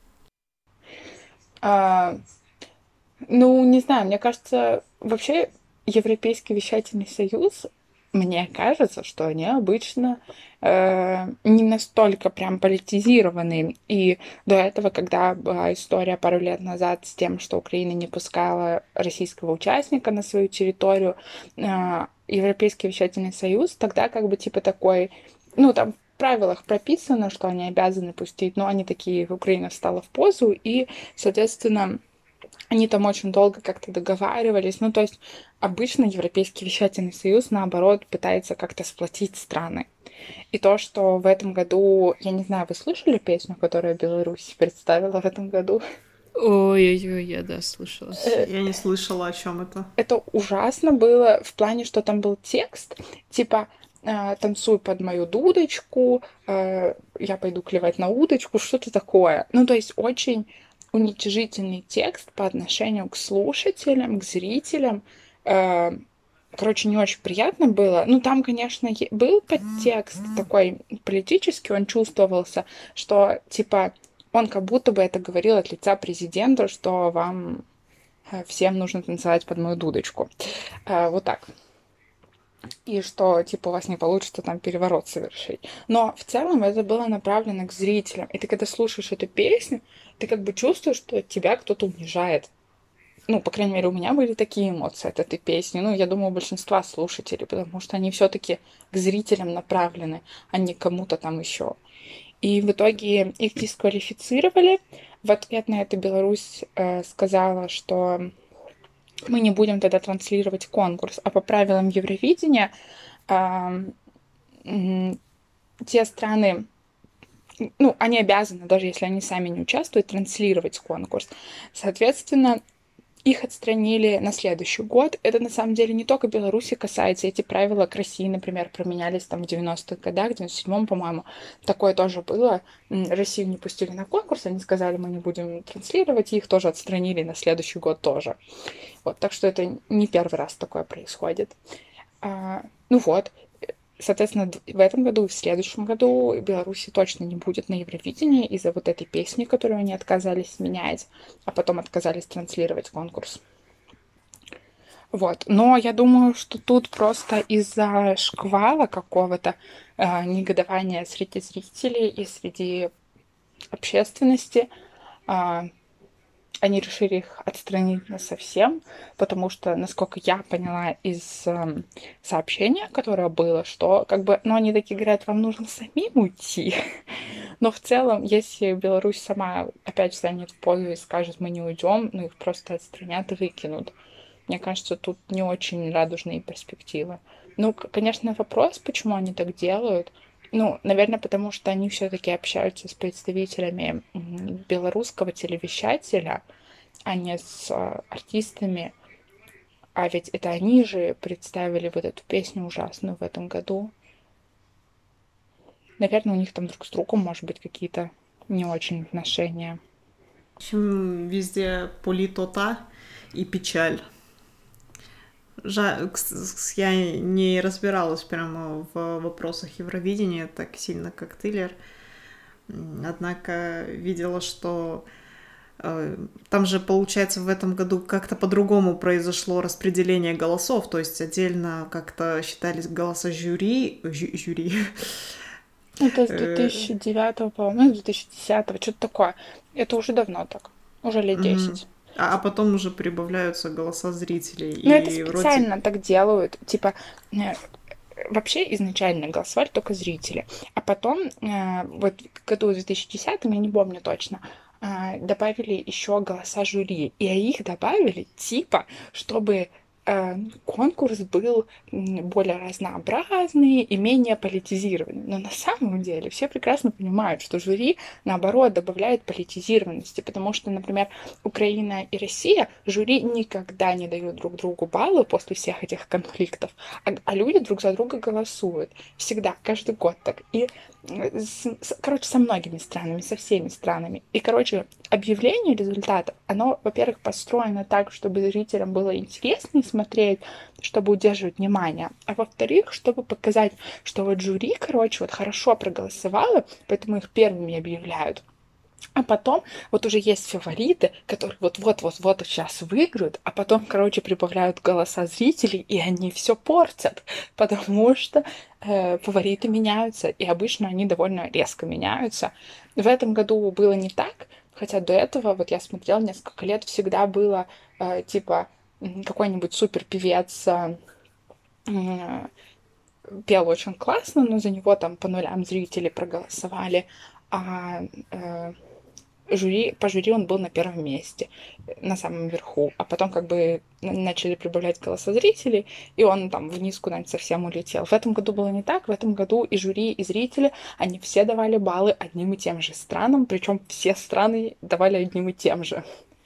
Ну, не знаю, мне кажется, вообще Европейский вещательный союз, мне кажется, что они обычно не настолько прям политизированные. И до этого, когда была история пару лет назад с тем, что Украина не пускала российского участника на свою территорию, Европейский вещательный союз тогда как бы типа такой, ну там в правилах прописано, что они обязаны пустить, но они такие, Украина встала в позу, и, соответственно, они там очень долго как-то договаривались. Ну, то есть обычно Европейский вещательный союз, наоборот, пытается как-то сплотить страны. И то, что в этом году, я не знаю, вы слышали песню, которую Беларусь представила в этом году? Ой-ой-ой, я, да, слышала. Я не слышала, о чем это. Это ужасно было в плане, что там был текст, типа танцуй под мою дудочку, я пойду клевать на удочку, что-то такое. Ну, то есть очень уничижительный текст по отношению к слушателям, к зрителям. Короче, не очень приятно было. Ну, там, конечно, был подтекст такой политический, он чувствовался, что, типа, он как будто бы это говорил от лица президента, что вам всем нужно танцевать под мою дудочку. Вот так. И что, типа, у вас не получится там переворот совершить. Но в целом это было направлено к зрителям. И ты, когда слушаешь эту песню, ты как бы чувствуешь, что тебя кто-то унижает. Ну, по крайней мере, у меня были такие эмоции от этой песни. Ну, я думаю, у большинства слушателей, потому что они все-таки к зрителям направлены, а не к кому-то там еще. И в итоге их дисквалифицировали. В ответ на это Беларусь сказала, что мы не будем тогда транслировать конкурс, а по правилам Евровидения те страны, ну, они обязаны, даже если они сами не участвуют, транслировать конкурс. Соответственно, их отстранили на следующий год. Это на самом деле не только Беларуси касается. Эти правила к России, например, променялись там в 90-х годах, в 97-м, по-моему. Такое тоже было. Россию не пустили на конкурс, они сказали, мы не будем транслировать, и их тоже отстранили на следующий год тоже. Вот, так что это не первый раз такое происходит. Ну вот, соответственно, в этом году и в следующем году Беларуси точно не будет на Евровидении из-за вот этой песни, которую они отказались менять, а потом отказались транслировать конкурс. Вот. Но я думаю, что тут просто из-за шквала какого-то негодования среди зрителей и среди общественности они решили их отстранить насовсем, потому что, насколько я поняла из сообщения, которое было, что как бы, ну, они такие говорят, вам нужно самим уйти. Но в целом, если Беларусь сама опять станет в позу и скажет, мы не уйдем, ну, их просто отстранят и выкинут. Мне кажется, тут не очень радужные перспективы. Ну, конечно, вопрос, почему они так делают. Ну, наверное, потому что они все-таки общаются с представителями белорусского телевещателя, а не с артистами. А ведь это они же представили вот эту песню ужасную в этом году. Наверное, у них там друг с другом, может быть, какие-то не очень отношения. В общем, везде политота и печаль. Я не разбиралась прямо в вопросах Евровидения так сильно, как Тиллер. Однако видела, что там же, получается, в этом году как-то по-другому произошло распределение голосов. То есть отдельно как-то считались голоса жюри. Это с 2009, по-моему, 2010, что-то такое. Это уже давно так. Уже лет 10. А потом уже прибавляются голоса зрителей. Ну, это специально так делают. Типа, вообще изначально голосовали только зрители. А потом, вот в году 2010, я не помню точно, добавили еще голоса жюри. И их добавили, типа, чтобы конкурс был более разнообразный и менее политизированный. Но на самом деле все прекрасно понимают, что жюри, наоборот, добавляет политизированности, потому что, например, Украина и Россия, жюри никогда не дают друг другу баллы после всех этих конфликтов, а люди друг за друга голосуют. Всегда, каждый год так. И, короче, со многими странами, со всеми странами. И, короче, объявление результатов, оно, во-первых, построено так, чтобы зрителям было интереснее смотреть, чтобы удерживать внимание, а во-вторых, чтобы показать, что вот жюри, короче, вот хорошо проголосовало, поэтому их первыми объявляют. А потом вот уже есть фавориты, которые вот-вот-вот сейчас выиграют, а потом, короче, прибавляют голоса зрителей, и они все портят, потому что фавориты меняются, и обычно они довольно резко меняются. В этом году было не так, хотя до этого, вот я смотрела несколько лет, всегда было типа какой-нибудь супер певец пел очень классно, но за него там по нулям зрители проголосовали, а по жюри он был на первом месте, на самом верху, а потом как бы начали прибавлять голоса зрителей, и он там вниз куда-нибудь совсем улетел. В этом году было не так, в этом году и жюри, и зрители, они все давали баллы одним и тем же странам, причем все страны давали одним и тем же.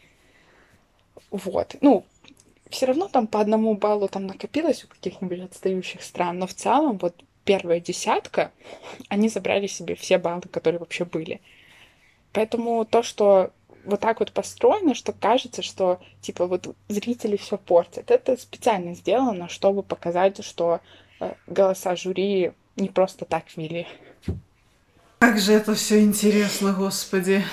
Вот, ну, все равно там по одному баллу там накопилось у каких-нибудь отстающих стран, но в целом вот первая десятка, они забрали себе все баллы, которые вообще были. Поэтому то, что вот так вот построено, что кажется, что типа вот зрители все портят, это специально сделано, чтобы показать, что голоса жюри не просто так ввели. Как же это все интересно, господи.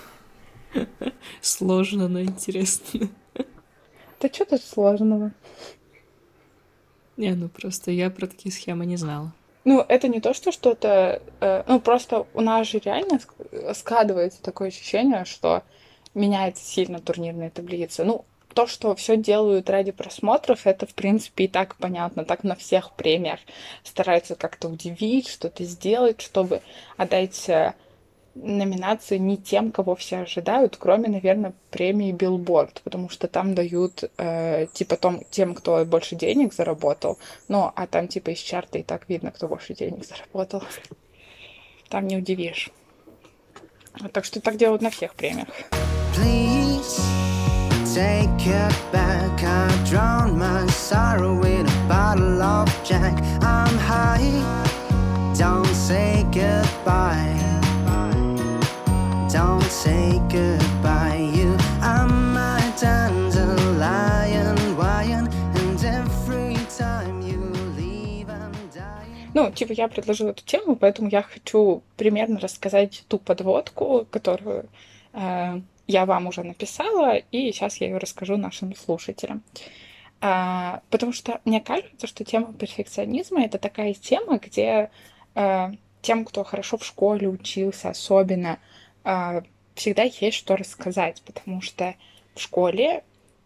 Сложно, но интересно. Да что тут сложного? Не, ну просто я про такие схемы не знала. Ну, это не то, что что-то... ну, просто у нас же реально складывается такое ощущение, что меняется сильно турнирная таблица. Ну, то, что все делают ради просмотров, это, в принципе, и так понятно. Так на всех премиях стараются как-то удивить, что-то сделать, чтобы отдать номинации не тем, кого все ожидают, кроме, наверное, премии Billboard, потому что там дают типа тем, кто больше денег заработал, ну, а там типа из чарта и так видно, кто больше денег заработал. Там не удивишь. Так что так делают на всех премиях. Please take it back. I drown my sorrow in a bottle of Jack. I'm high. Don't say goodbye. Don't say goodbye. You are my dandelion, and every time you leave, I'm dying. Ну, типа, я предложила эту тему, поэтому я хочу примерно рассказать ту подводку, которую я вам уже написала, и сейчас я ее расскажу нашим слушателям. Потому что мне кажется, что тема перфекционизма — это такая тема, где тем, кто хорошо в школе учился, особенно, всегда есть что рассказать, потому что в школе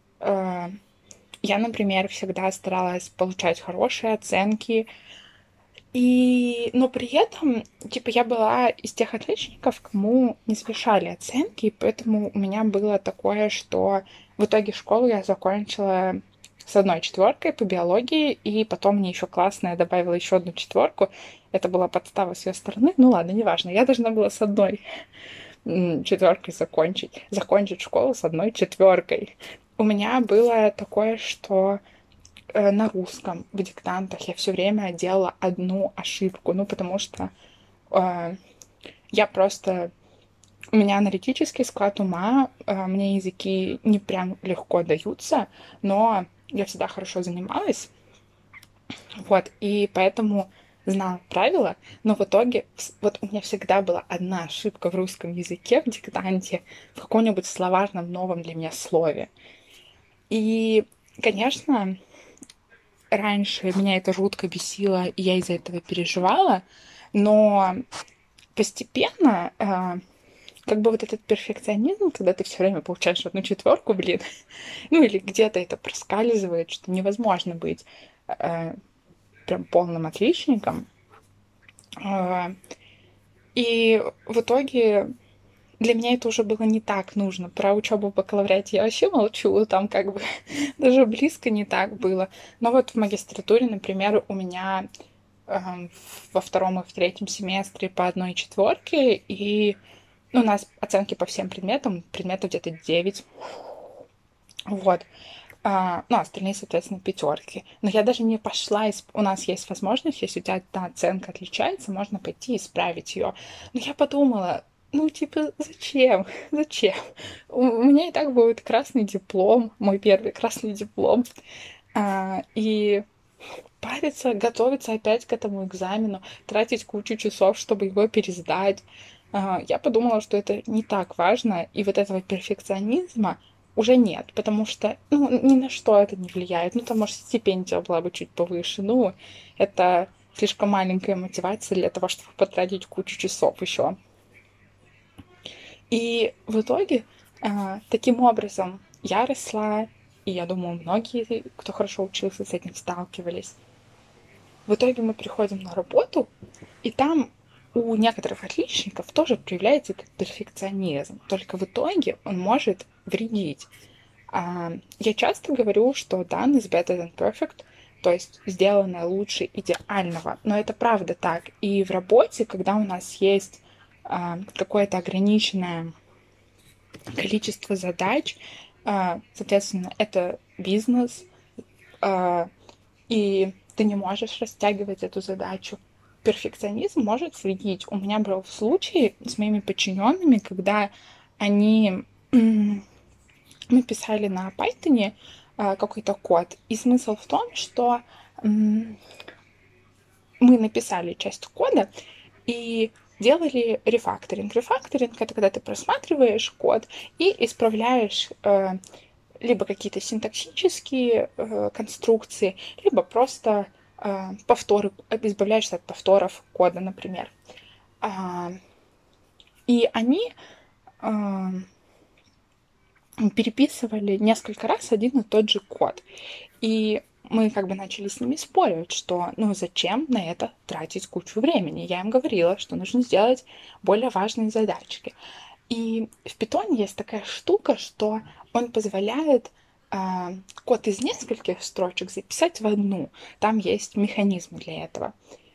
я, например, всегда старалась получать хорошие оценки, но при этом, типа, я была из тех отличников, кому не завышали оценки, и поэтому у меня было такое, что в итоге школу я закончила с 1 четверкой по биологии, и потом мне еще классная добавила еще 1 четверку. Это была подстава с ее стороны. Ну ладно, неважно. Я должна была с 1 четверкой закончить школу с 1 четверкой. У меня было такое, что на русском в диктантах я все время делала одну ошибку, ну потому что я просто... У меня аналитический склад ума, мне языки не прям легко даются, но я всегда хорошо занималась, вот, и поэтому знала правила, но в итоге вот у меня всегда была одна ошибка в русском языке в диктанте, в каком-нибудь словарном новом для меня слове. И, конечно, раньше меня это жутко бесило, и я из-за этого переживала, но постепенно как бы вот этот перфекционизм, когда ты все время получаешь 1 четверку, блин, ну или где-то это проскальзывает, что невозможно быть прям полным отличником. И в итоге для меня это уже было не так нужно. Про учебу в бакалавриате я вообще молчу, там как бы даже близко не так было. Но вот в магистратуре, например, у меня во 2 и в 3 семестре по 1 четверке, и у нас оценки по всем предметам, предметов где-то 9. Вот. Ну, остальные, соответственно, 5. Но я даже не пошла... У нас есть возможность, если у тебя одна оценка отличается, можно пойти и исправить ее. Но я подумала, ну, типа, зачем? Зачем? У меня и так будет красный диплом, мой первый красный диплом. И париться, готовиться опять к этому экзамену, тратить кучу часов, чтобы его пересдать. Я подумала, что это не так важно, и вот этого перфекционизма уже нет, потому что, ну, ни на что это не влияет. Ну, там, может, стипендия была бы чуть повыше. Ну, это слишком маленькая мотивация для того, чтобы потратить кучу часов еще. И в итоге таким образом я росла, и я думаю, многие, кто хорошо учился, с этим сталкивались. В итоге мы приходим на работу, и там у некоторых отличников тоже проявляется этот перфекционизм. Только в итоге он может вредить. Я часто говорю, что done is better than perfect, то есть сделанное лучше идеального. Но это правда так. И в работе, когда у нас есть какое-то ограниченное количество задач, соответственно, это бизнес, и ты не можешь растягивать эту задачу. перфекционизм может вредить. У меня был случай с моими подчиненными, когда они... Мы писали на Python какой-то код, и смысл в том, что мы написали часть кода и делали рефакторинг. Рефакторинг — это когда ты просматриваешь код и исправляешь либо какие-то синтаксические конструкции, либо просто повторы, избавляешься от повторов кода, например. И они переписывали несколько раз один и тот же код. И мы как бы начали с ними спорить, что ну зачем на это тратить кучу времени. Я им говорила, что нужно сделать более важные задачки. И в Python есть такая штука, что он позволяет код из нескольких строчек записать в одну. Там есть механизмы для этого.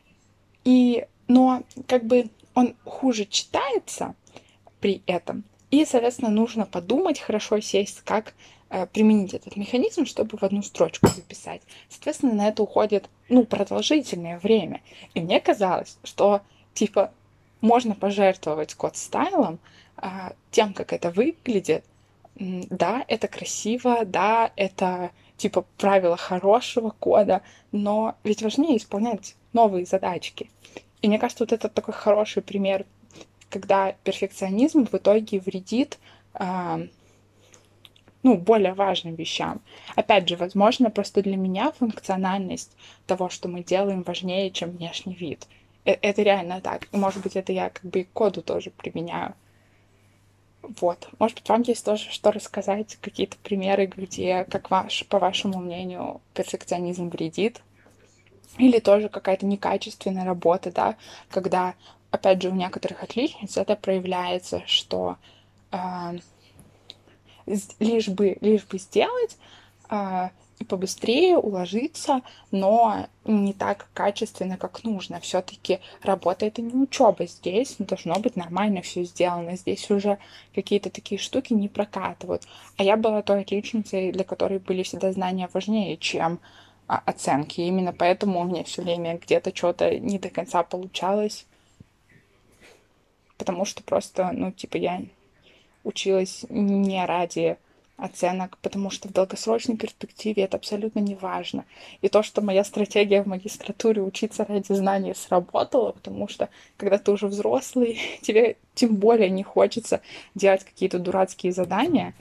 Но как бы он хуже читается при этом. И, соответственно, нужно подумать, хорошо сесть, как применить этот механизм, чтобы в одну строчку записать. Соответственно, на это уходит, продолжительное время. И мне казалось, что, можно пожертвовать код-стайлом, тем, как это выглядит. Да, это красиво, да, это, правило хорошего кода, но ведь важнее исполнять новые задачки. И мне кажется, вот это такой хороший пример, когда перфекционизм в итоге вредит более важным вещам. Опять же, возможно, просто для меня функциональность того, что мы делаем, важнее, чем внешний вид. Это реально так. И, может быть, это я как бы и к коду тоже применяю. Вот. Может быть, вам есть тоже что рассказать, какие-то примеры, где, по вашему мнению, перфекционизм вредит? Или тоже какая-то некачественная работа, да, когда, опять же, у некоторых отличниц это проявляется, что лишь бы сделать и побыстрее уложиться, но не так качественно, как нужно. Все-таки работа — это не учеба. Здесь должно быть нормально все сделано. Здесь уже какие-то такие штуки не прокатывают. А я была той отличницей, для которой были всегда знания важнее, чем оценки. И именно поэтому у меня все время где-то что-то не до конца получалось. Потому что просто, я училась не ради оценок, потому что в долгосрочной перспективе это абсолютно не важно. И то, что моя стратегия в магистратуре учиться ради знаний сработала, потому что когда ты уже взрослый, тебе тем более не хочется делать какие-то дурацкие задания.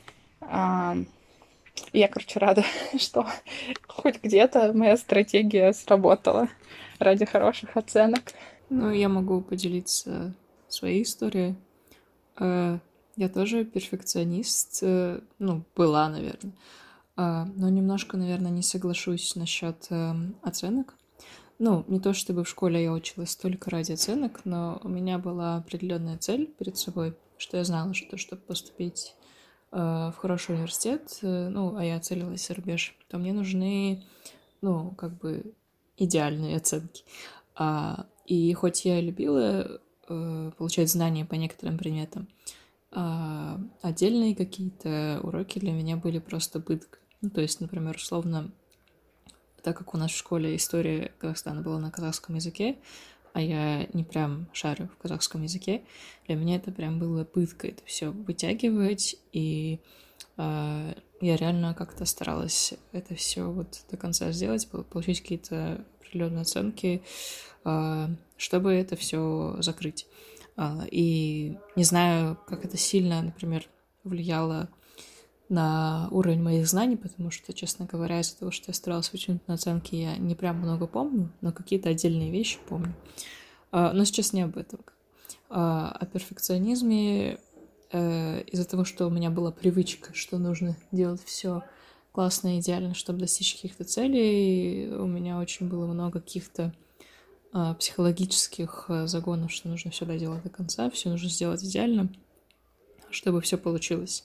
И я, рада, что хоть где-то моя стратегия сработала ради хороших оценок. Я могу поделиться своей историей. Я тоже перфекционист, была, наверное. Но немножко, наверное, не соглашусь насчет оценок. Не то чтобы в школе я училась только ради оценок, но у меня была определенная цель перед собой, что я знала, что чтобы поступить в хороший университет, а я целилась в рубеж, то мне нужны, идеальные оценки. И хоть я любила получать знания по некоторым предметам, отдельные какие-то уроки для меня были просто пыткой. То есть, например, условно, так как у нас в школе история Казахстана была на казахском языке, а я не прям шарю в казахском языке, для меня это прям было пыткой это все вытягивать, и я реально как-то старалась это все вот до конца сделать, получить какие-то определенные оценки, чтобы это все закрыть. И не знаю, как это сильно, например, влияло на уровень моих знаний, потому что, честно говоря, из-за того, что я старалась вытянуть на оценки, я не прям много помню, но какие-то отдельные вещи помню. Но сейчас не об этом. О перфекционизме из-за того, что у меня была привычка, что нужно делать все классно и идеально, чтобы достичь каких-то целей, у меня очень было много каких-то психологических загонов, что нужно все доделать до конца, все нужно сделать идеально, чтобы все получилось.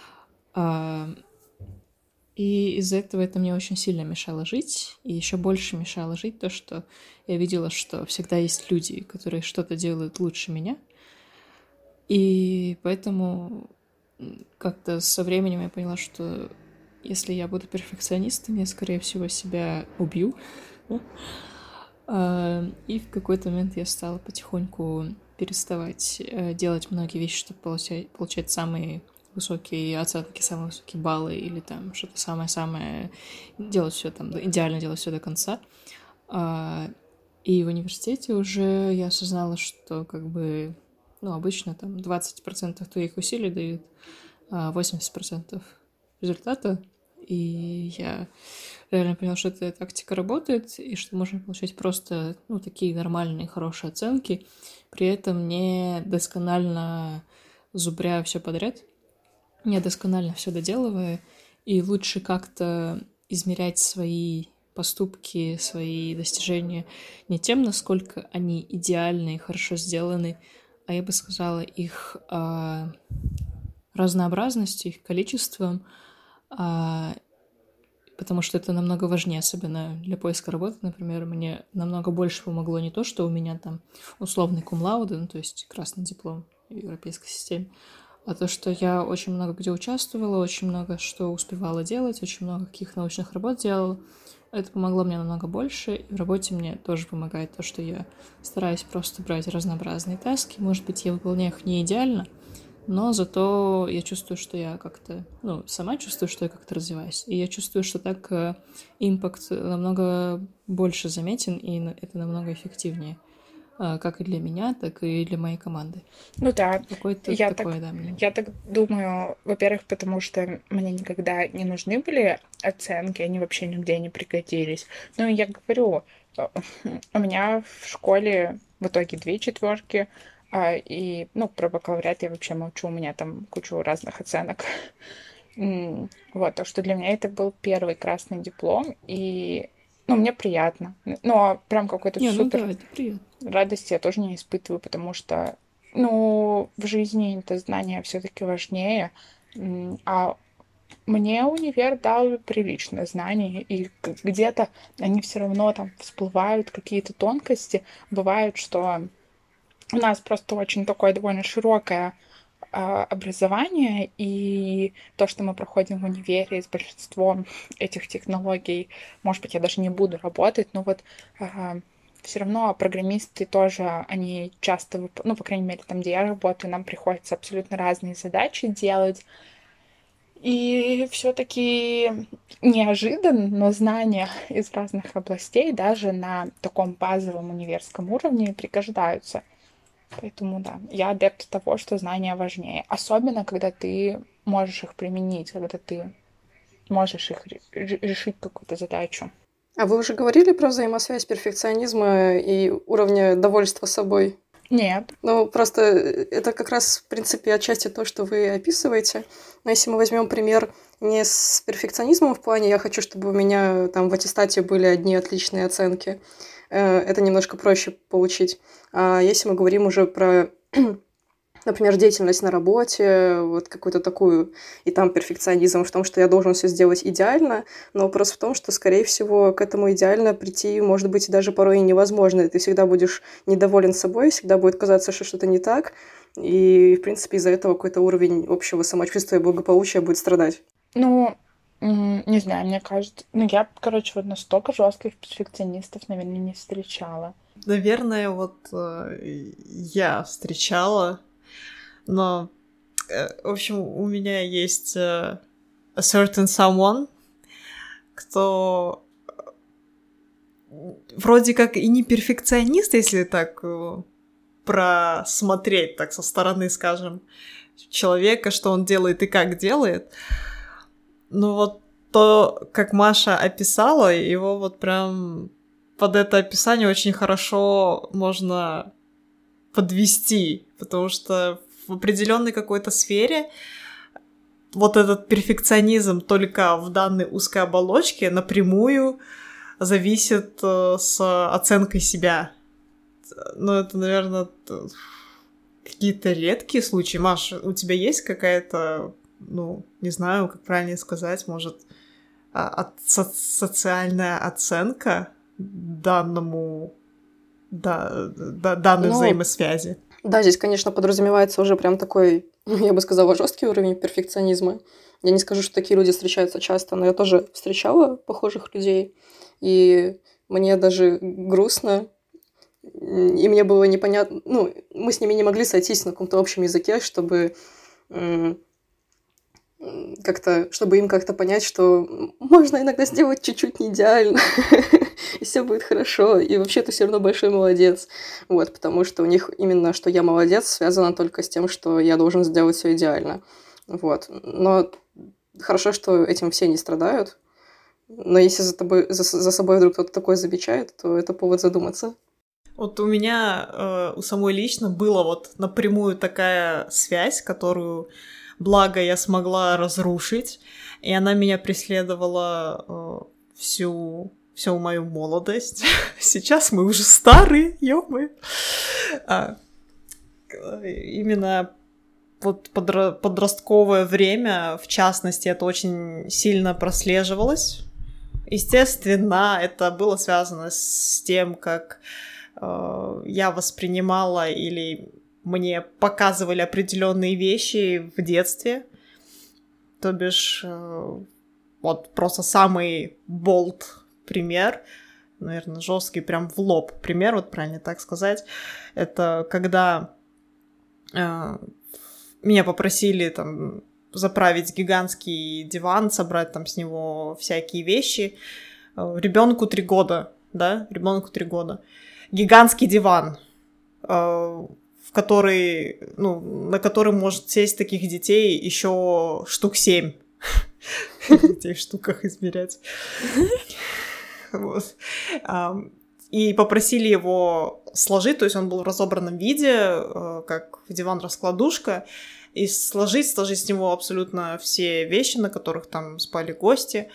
И из-за этого это мне очень сильно мешало жить, и еще больше мешало жить то, что я видела, что всегда есть люди, которые что-то делают лучше меня, и поэтому как-то со временем я поняла, что если я буду перфекционистом, я, скорее всего, себя убью. И в какой-то момент я стала потихоньку переставать делать многие вещи, чтобы получать самые высокие оценки, самые высокие баллы или там что-то самое-самое, делать все там, идеально делать все до конца. И в университете уже я осознала, что как бы, обычно там 20% твоих усилий дают 80% результата. И я реально поняла, что эта тактика работает, и что можно получать просто, такие нормальные, хорошие оценки, при этом не досконально зубря все подряд, не досконально все доделывая, и лучше как-то измерять свои поступки, свои достижения не тем, насколько они идеальны и хорошо сделаны, а я бы сказала, их разнообразностью, их количеством, потому что это намного важнее, особенно для поиска работы, например, мне намного больше помогло не то, что у меня там условный cum-laude, то есть красный диплом в европейской системе, а то, что я очень много где участвовала, очень много что успевала делать, очень много каких научных работ делала. Это помогло мне намного больше, и в работе мне тоже помогает то, что я стараюсь просто брать разнообразные таски. Может быть, я выполняю их не идеально, но зато я чувствую, что я как-то, сама чувствую, что я как-то развиваюсь. И я чувствую, что так импакт намного больше заметен, и это намного эффективнее. Как и для меня, так и для моей команды. Ну да, Какое-то я такое, да, мнение. я так думаю, во-первых, потому что мне никогда не нужны были оценки, они вообще нигде не пригодились. Ну, и я говорю, у меня в школе в итоге 2 четверки, и, про бакалавриат я вообще молчу, у меня там кучу разных оценок. Вот, так что для меня это был первый красный диплом, и, мне приятно. Но прям какой-то супер Да, это приятно. радости я тоже не испытываю, потому что, в жизни это знание все-таки важнее, а мне универ дал приличное знание, и где-то они все равно там всплывают, какие-то тонкости. Бывает, что у нас просто очень такое довольно широкое образование, и то, что мы проходим в универе с большинством этих технологий, может быть, я даже не буду работать, но вот все равно программисты тоже, они часто, по крайней мере, там, где я работаю, нам приходится абсолютно разные задачи делать. И все-таки неожиданно, но знания из разных областей даже на таком базовом универском уровне пригождаются. Поэтому да, я адепт того, что знания важнее. Особенно, когда ты можешь их применить, когда ты можешь их решить какую-то задачу. А вы уже говорили про взаимосвязь перфекционизма и уровня довольства собой? Нет. Просто это как раз, в принципе, отчасти то, что вы описываете. Но если мы возьмем пример не с перфекционизмом в плане «я хочу, чтобы у меня там в аттестате были одни отличные оценки», это немножко проще получить. А если мы говорим уже про, например, деятельность на работе, вот какую-то такую, и там перфекционизм в том, что я должен все сделать идеально, но вопрос в том, что, скорее всего, к этому идеально прийти, может быть, даже порой и невозможно. Ты всегда будешь недоволен собой, всегда будет казаться, что что-то не так, и, в принципе, из-за этого какой-то уровень общего самочувствия и благополучия будет страдать. Не знаю, мне кажется... я, вот настолько жестких перфекционистов, наверное, не встречала. Наверное, я встречала, но, в общем, у меня есть a certain someone, кто вроде как и не перфекционист, если так просмотреть, так со стороны, скажем, человека, что он делает и как делает. Но вот то, как Маша описала, его вот прям под это описание очень хорошо можно подвести, потому что в определенной какой-то сфере вот этот перфекционизм только в данной узкой оболочке напрямую зависит с оценкой себя. Но это, наверное, какие-то редкие случаи. Маш, у тебя есть какая-то, не знаю, как правильно сказать, может, социальная оценка данной взаимосвязи? Да, здесь, конечно, подразумевается уже прям такой, я бы сказала, жесткий уровень перфекционизма. Я не скажу, что такие люди встречаются часто, но я тоже встречала похожих людей. И мне даже грустно, и мне было непонятно, ну, мы с ними не могли сойтись на каком-то общем языке, чтобы чтобы им как-то понять, что можно иногда сделать чуть-чуть не идеально, и все будет хорошо, и вообще ты все равно большой молодец. Вот, потому что у них именно, что я молодец, связано только с тем, что я должен сделать все идеально. Вот. Но хорошо, что этим все не страдают. Но если за собой вдруг кто-то такое замечает, то это повод задуматься. Вот у меня, у самой лично была вот напрямую такая связь, которую, благо, я смогла разрушить, и она меня преследовала всю мою молодость. Сейчас мы уже старые, ё-моё. Именно вот подростковое время, в частности, это очень сильно прослеживалось. Естественно, это было связано с тем, как я воспринимала или мне показывали определенные вещи в детстве. То бишь, вот просто самый болт пример, наверное, жесткий, прям в лоб пример, вот правильно так сказать, это когда меня попросили там заправить гигантский диван, собрать там с него всякие вещи. Ребенку 3 года, да, ребенку 3 года. Гигантский диван, на который может сесть таких детей еще штук 7. Детей в штуках измерять. Вот. И попросили его сложить, то есть он был в разобранном виде, как диван-раскладушка, и сложить с него абсолютно все вещи, на которых там спали гости.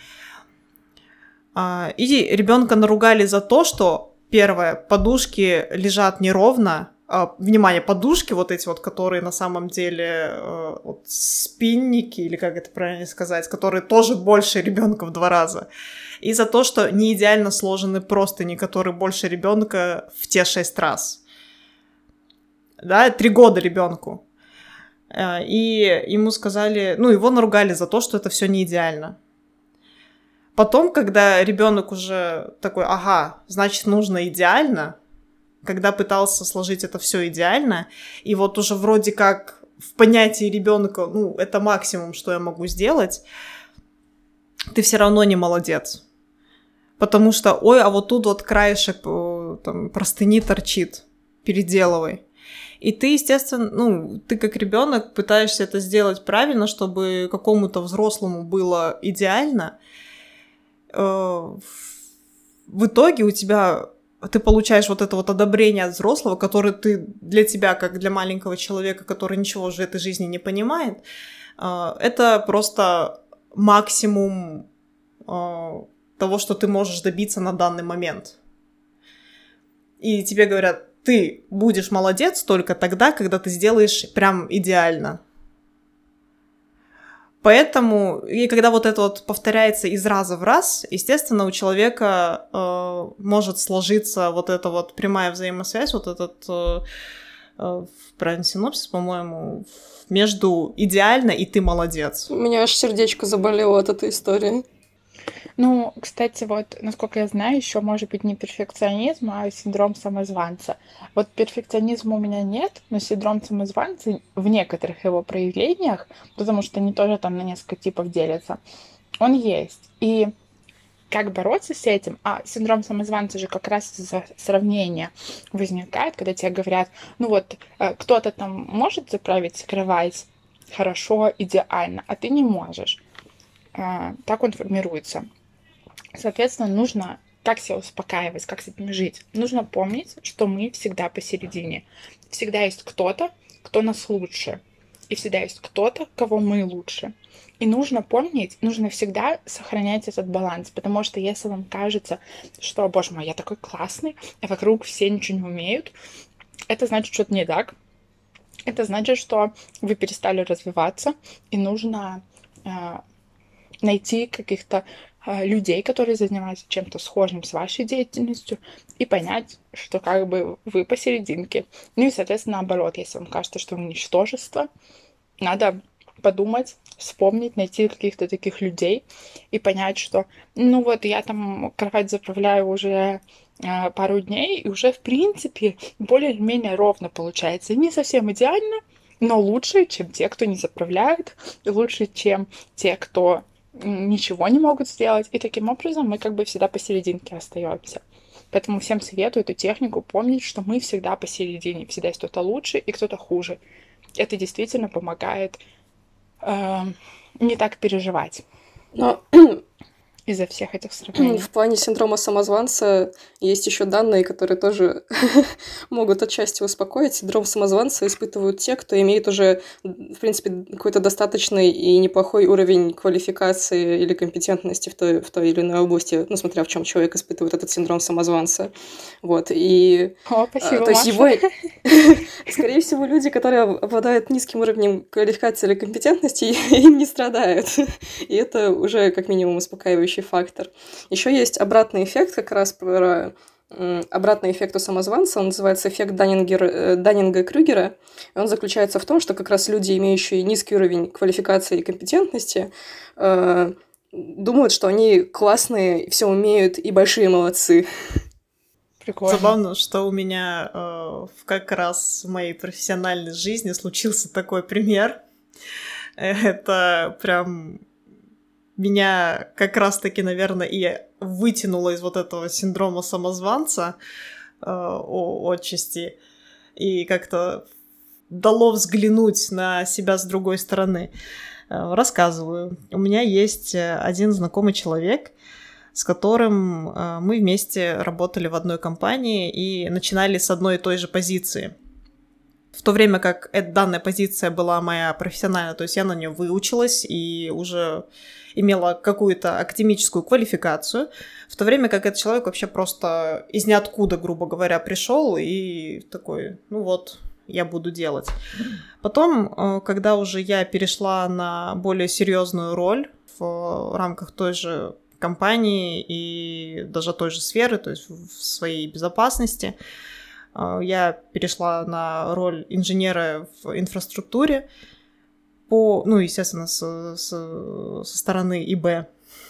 И ребенка наругали за то, что, первое, подушки лежат неровно. Внимание, подушки вот эти вот, которые на самом деле вот, спинники, или как это правильно сказать, которые тоже больше ребенка в 2 раза. И за то, что не идеально сложены простыни, которые больше ребенка в те 6 раз. Да, 3 года ребенку. И ему сказали, его наругали за то, что это все не идеально. Потом, когда ребенок уже такой, значит, нужно идеально, когда пытался сложить это все идеально, и вот уже вроде как в понятии ребенка, это максимум, что я могу сделать, ты все равно не молодец. Потому что, а вот тут вот краешек там, простыни торчит, переделывай. И ты, естественно, ты как ребенок пытаешься это сделать правильно, чтобы какому-то взрослому было идеально. В итоге ты получаешь вот это вот одобрение от взрослого, которое для тебя, как для маленького человека, который ничего уже в этой жизни не понимает, это просто максимум того, что ты можешь добиться на данный момент. И тебе говорят, ты будешь молодец только тогда, когда ты сделаешь прям идеально. Поэтому, и когда вот это вот повторяется из раза в раз, естественно, у человека может сложиться вот эта вот прямая взаимосвязь, вот этот, правильный синопсис, по-моему, между идеально и ты молодец. У меня аж сердечко заболело от этой истории. Кстати, вот, насколько я знаю, еще может быть не перфекционизм, а синдром самозванца. Вот перфекционизма у меня нет, но синдром самозванца в некоторых его проявлениях, потому что они тоже там на несколько типов делятся, он есть. И как бороться с этим? Синдром самозванца же как раз из-за сравнения возникает, когда тебе говорят, кто-то там может заправить кровать хорошо, идеально, а ты не можешь. Так он формируется. Соответственно, нужно как себя успокаивать, как с этим жить. Нужно помнить, что мы всегда посередине. Всегда есть кто-то, кто нас лучше. И всегда есть кто-то, кого мы лучше. И нужно помнить, нужно всегда сохранять этот баланс. Потому что если вам кажется, что, боже мой, я такой классный, а вокруг все ничего не умеют, это значит что-то не так. Это значит, что вы перестали развиваться, и нужно найти каких-то людей, которые занимаются чем-то схожим с вашей деятельностью, и понять, что как бы вы посерединке. И, соответственно, наоборот, если вам кажется, что вы ничтожество, надо подумать, вспомнить, найти каких-то таких людей и понять, что, ну вот, я там кровать заправляю уже пару дней, и уже, в принципе, более-менее ровно получается. Не совсем идеально, но лучше, чем те, кто не заправляет, и лучше, чем те, кто ничего не могут сделать. И таким образом мы как бы всегда посерединке остаемся. Поэтому всем советую эту технику помнить, что мы всегда посередине. Всегда есть кто-то лучше и кто-то хуже. Это действительно помогает не так переживать Но из-за всех этих сравнений. в плане синдрома самозванца есть еще данные, которые тоже могут отчасти успокоить. Синдром самозванца испытывают те, кто имеет уже, в принципе, какой-то достаточный и неплохой уровень квалификации или компетентности в той или иной области, ну, смотря в чем человек испытывает этот синдром самозванца. Вот, и... Спасибо, то есть Маша. Скорее всего, люди, которые обладают низким уровнем квалификации или компетентности, им не страдают. И это уже как минимум успокаивающий фактор. Еще есть обратный эффект, как раз про обратный эффект у самозванца, он называется эффект Даннинга-Крюгера. И он заключается в том, что как раз люди, имеющие низкий уровень квалификации и компетентности, думают, что они классные, все умеют и большие молодцы. Прикольно. Забавно, что у меня как раз в моей профессиональной жизни случился такой пример. Это прям меня как раз-таки, наверное, и вытянуло из вот этого синдрома самозванца отчасти и как-то дало взглянуть на себя с другой стороны. Рассказываю. У меня есть один знакомый человек, с которым мы вместе работали в одной компании и начинали с одной и той же позиции. В то время как данная позиция была моя профессиональная, то есть я на нее выучилась и уже имела какую-то академическую квалификацию, в то время как этот человек вообще просто из ниоткуда, грубо говоря, пришел и такой, ну вот, я буду делать. Потом, когда уже я перешла на более серьезную роль в рамках той же компании и даже той же сферы, то есть в своей безопасности, я перешла на роль инженера в инфраструктуре ну, естественно, со стороны ИБ.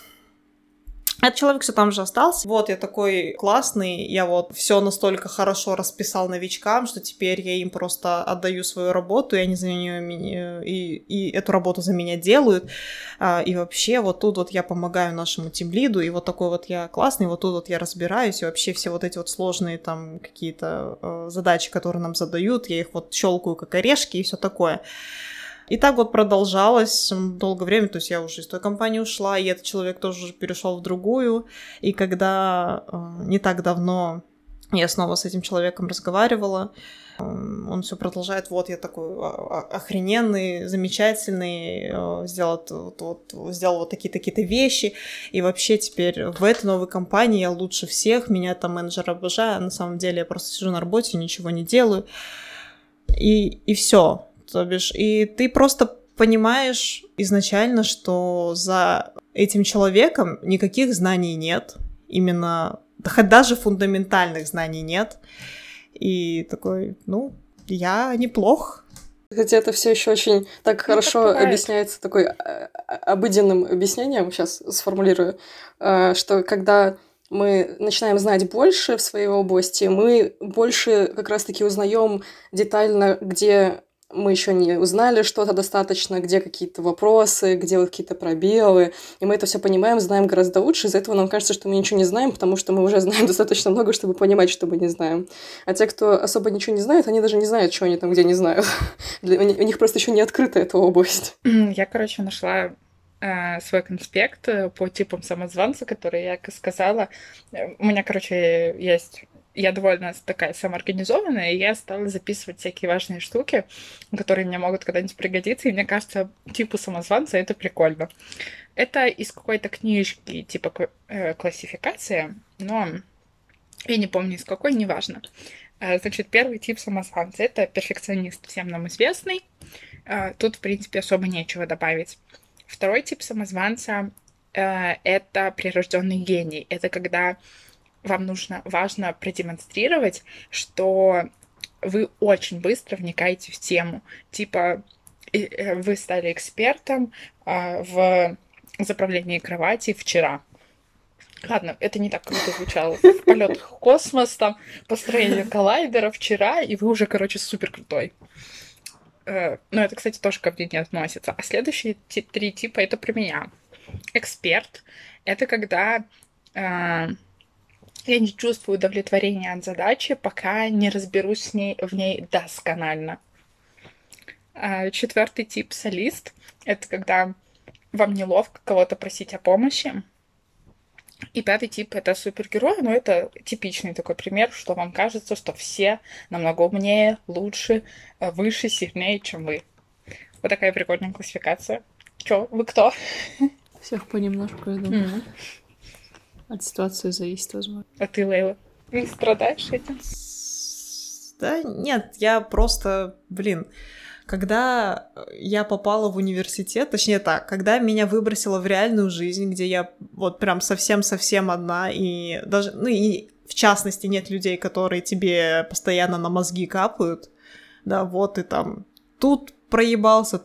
Этот человек все там же остался. Вот, я такой классный, я вот все настолько хорошо расписал новичкам, что теперь я им просто отдаю свою работу, и они за нее и эту работу за меня делают. И вообще вот тут вот я помогаю нашему тимлиду, и вот такой вот я классный, вот тут вот я разбираюсь, и вообще все вот эти вот сложные там какие-то задачи, которые нам задают, я их вот щелкаю как орешки и все такое. И так вот продолжалось долгое время, то есть я уже из той компании ушла, и этот человек тоже уже перешел в другую, и когда не так давно я снова с этим человеком разговаривала, он все продолжает, вот я такой охрененный, замечательный, сделал вот такие-то вещи, и вообще теперь в этой новой компании я лучше всех, меня там менеджер обожает, а на самом деле я просто сижу на работе, ничего не делаю, и все. То бишь, и ты просто понимаешь изначально, что за этим человеком никаких знаний нет, именно даже фундаментальных знаний нет, и такой, ну, я неплох. Хотя это все еще очень так хорошо объясняется такой обыденным объяснением, сейчас сформулирую, что когда мы начинаем знать больше в своей области, мы больше как раз-таки узнаем детально, где мы еще не узнали что-то достаточно, где какие-то вопросы, где вот какие-то пробелы, и мы это все понимаем, знаем гораздо лучше, из-за этого нам кажется, что мы ничего не знаем, потому что мы уже знаем достаточно много, чтобы понимать, что мы не знаем. А те, кто особо ничего не знают, они даже не знают, что они там где не знают. У них просто еще не открыта эта область. Я, нашла свой конспект по типам самозванца, который я сказала. У меня, есть... Я довольно такая самоорганизованная, и я стала записывать всякие важные штуки, которые мне могут когда-нибудь пригодиться, и мне кажется, типу самозванца это прикольно. Это из какой-то книжки типа классификация, но я не помню из какой, неважно. Значит, первый тип самозванца — это перфекционист, всем нам известный. Тут, в принципе, особо нечего добавить. Второй тип самозванца — это прирожденный гений. Это когда вам важно продемонстрировать, что вы очень быстро вникаете в тему. Типа, вы стали экспертом в заправлении кровати вчера. Ладно, это не так круто звучало. В полетах в космос, там, построение коллайдера вчера, и вы уже, короче, супер крутой. Но это, кстати, тоже ко мне не относится. А следующие 3 типа — это про меня. Эксперт — это когда я не чувствую удовлетворения от задачи, пока не разберусь в ней досконально. 4-й тип — солист. Это когда вам неловко кого-то просить о помощи. И 5-й тип — это супергерой, но это типичный такой пример, что вам кажется, что все намного умнее, лучше, выше, сильнее, чем вы. Вот такая прикольная классификация. Чё, вы кто? Всех понемножку, я думаю. От ситуации зависит, возможно. А ты, Лейла, не страдаешь этим? Да нет, я просто, когда я попала в университет, точнее так, когда меня выбросило в реальную жизнь, где я вот прям совсем-совсем одна, и даже, и в частности нет людей, которые тебе постоянно на мозги капают, да, вот ты там тут проебался,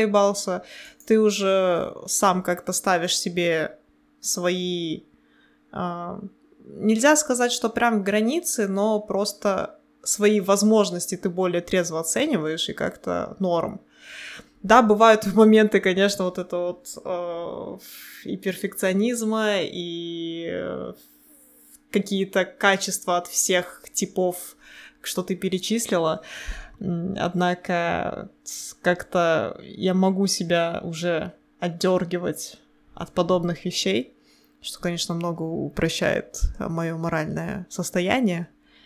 ты уже сам как-то ставишь себе свои, нельзя сказать, что прям границы, но просто свои возможности ты более трезво оцениваешь и как-то норм. Да, бывают моменты, конечно, вот это вот и перфекционизма, и какие-то качества от всех типов, что ты перечислила. Однако как-то я могу себя уже отдергивать от подобных вещей, что, конечно, много упрощает мое моральное состояние.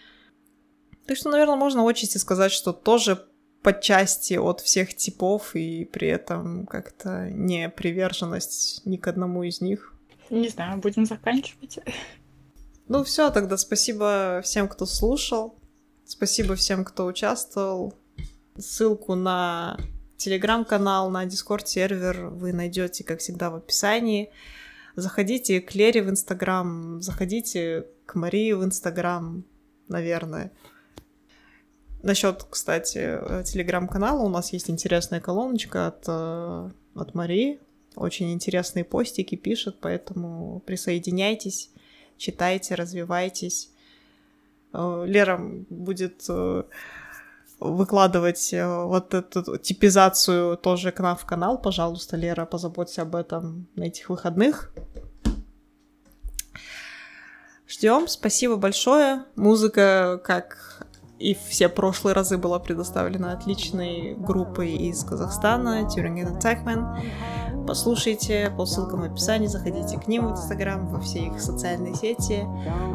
Так что, наверное, можно отчасти сказать, что тоже по части от всех типов, и при этом как-то не приверженность ни к одному из них. Не знаю, будем заканчивать. Ну все, тогда спасибо всем, кто слушал. Спасибо всем, кто участвовал. Ссылку на телеграм-канал, на дискорд-сервер вы найдете, как всегда, в описании. Заходите к Лере в Инстаграм, заходите к Марии в Инстаграм, наверное. Насчет, кстати, телеграм-канала у нас есть интересная колоночка от Марии. Очень интересные постики пишет, поэтому присоединяйтесь, читайте, развивайтесь. Лера будет выкладывать вот эту типизацию тоже к нам в канал. Пожалуйста, Лера, позаботься об этом на этих выходных. Ждем. Спасибо большое. Музыка, как и все прошлые разы, была предоставлена отличной группой из Казахстана, Turing and Attackman. Послушайте по ссылкам в описании, заходите к ним в Инстаграм, во все их социальные сети.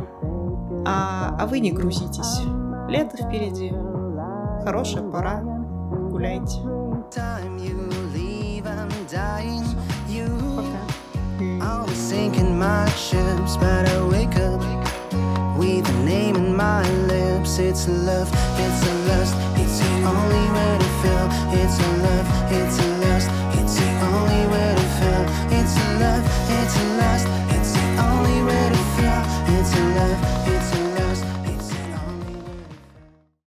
А вы не грузитесь. Лето впереди. Хорошая пора. Гуляйте. With a name in my lips, it's a love, it's a lust.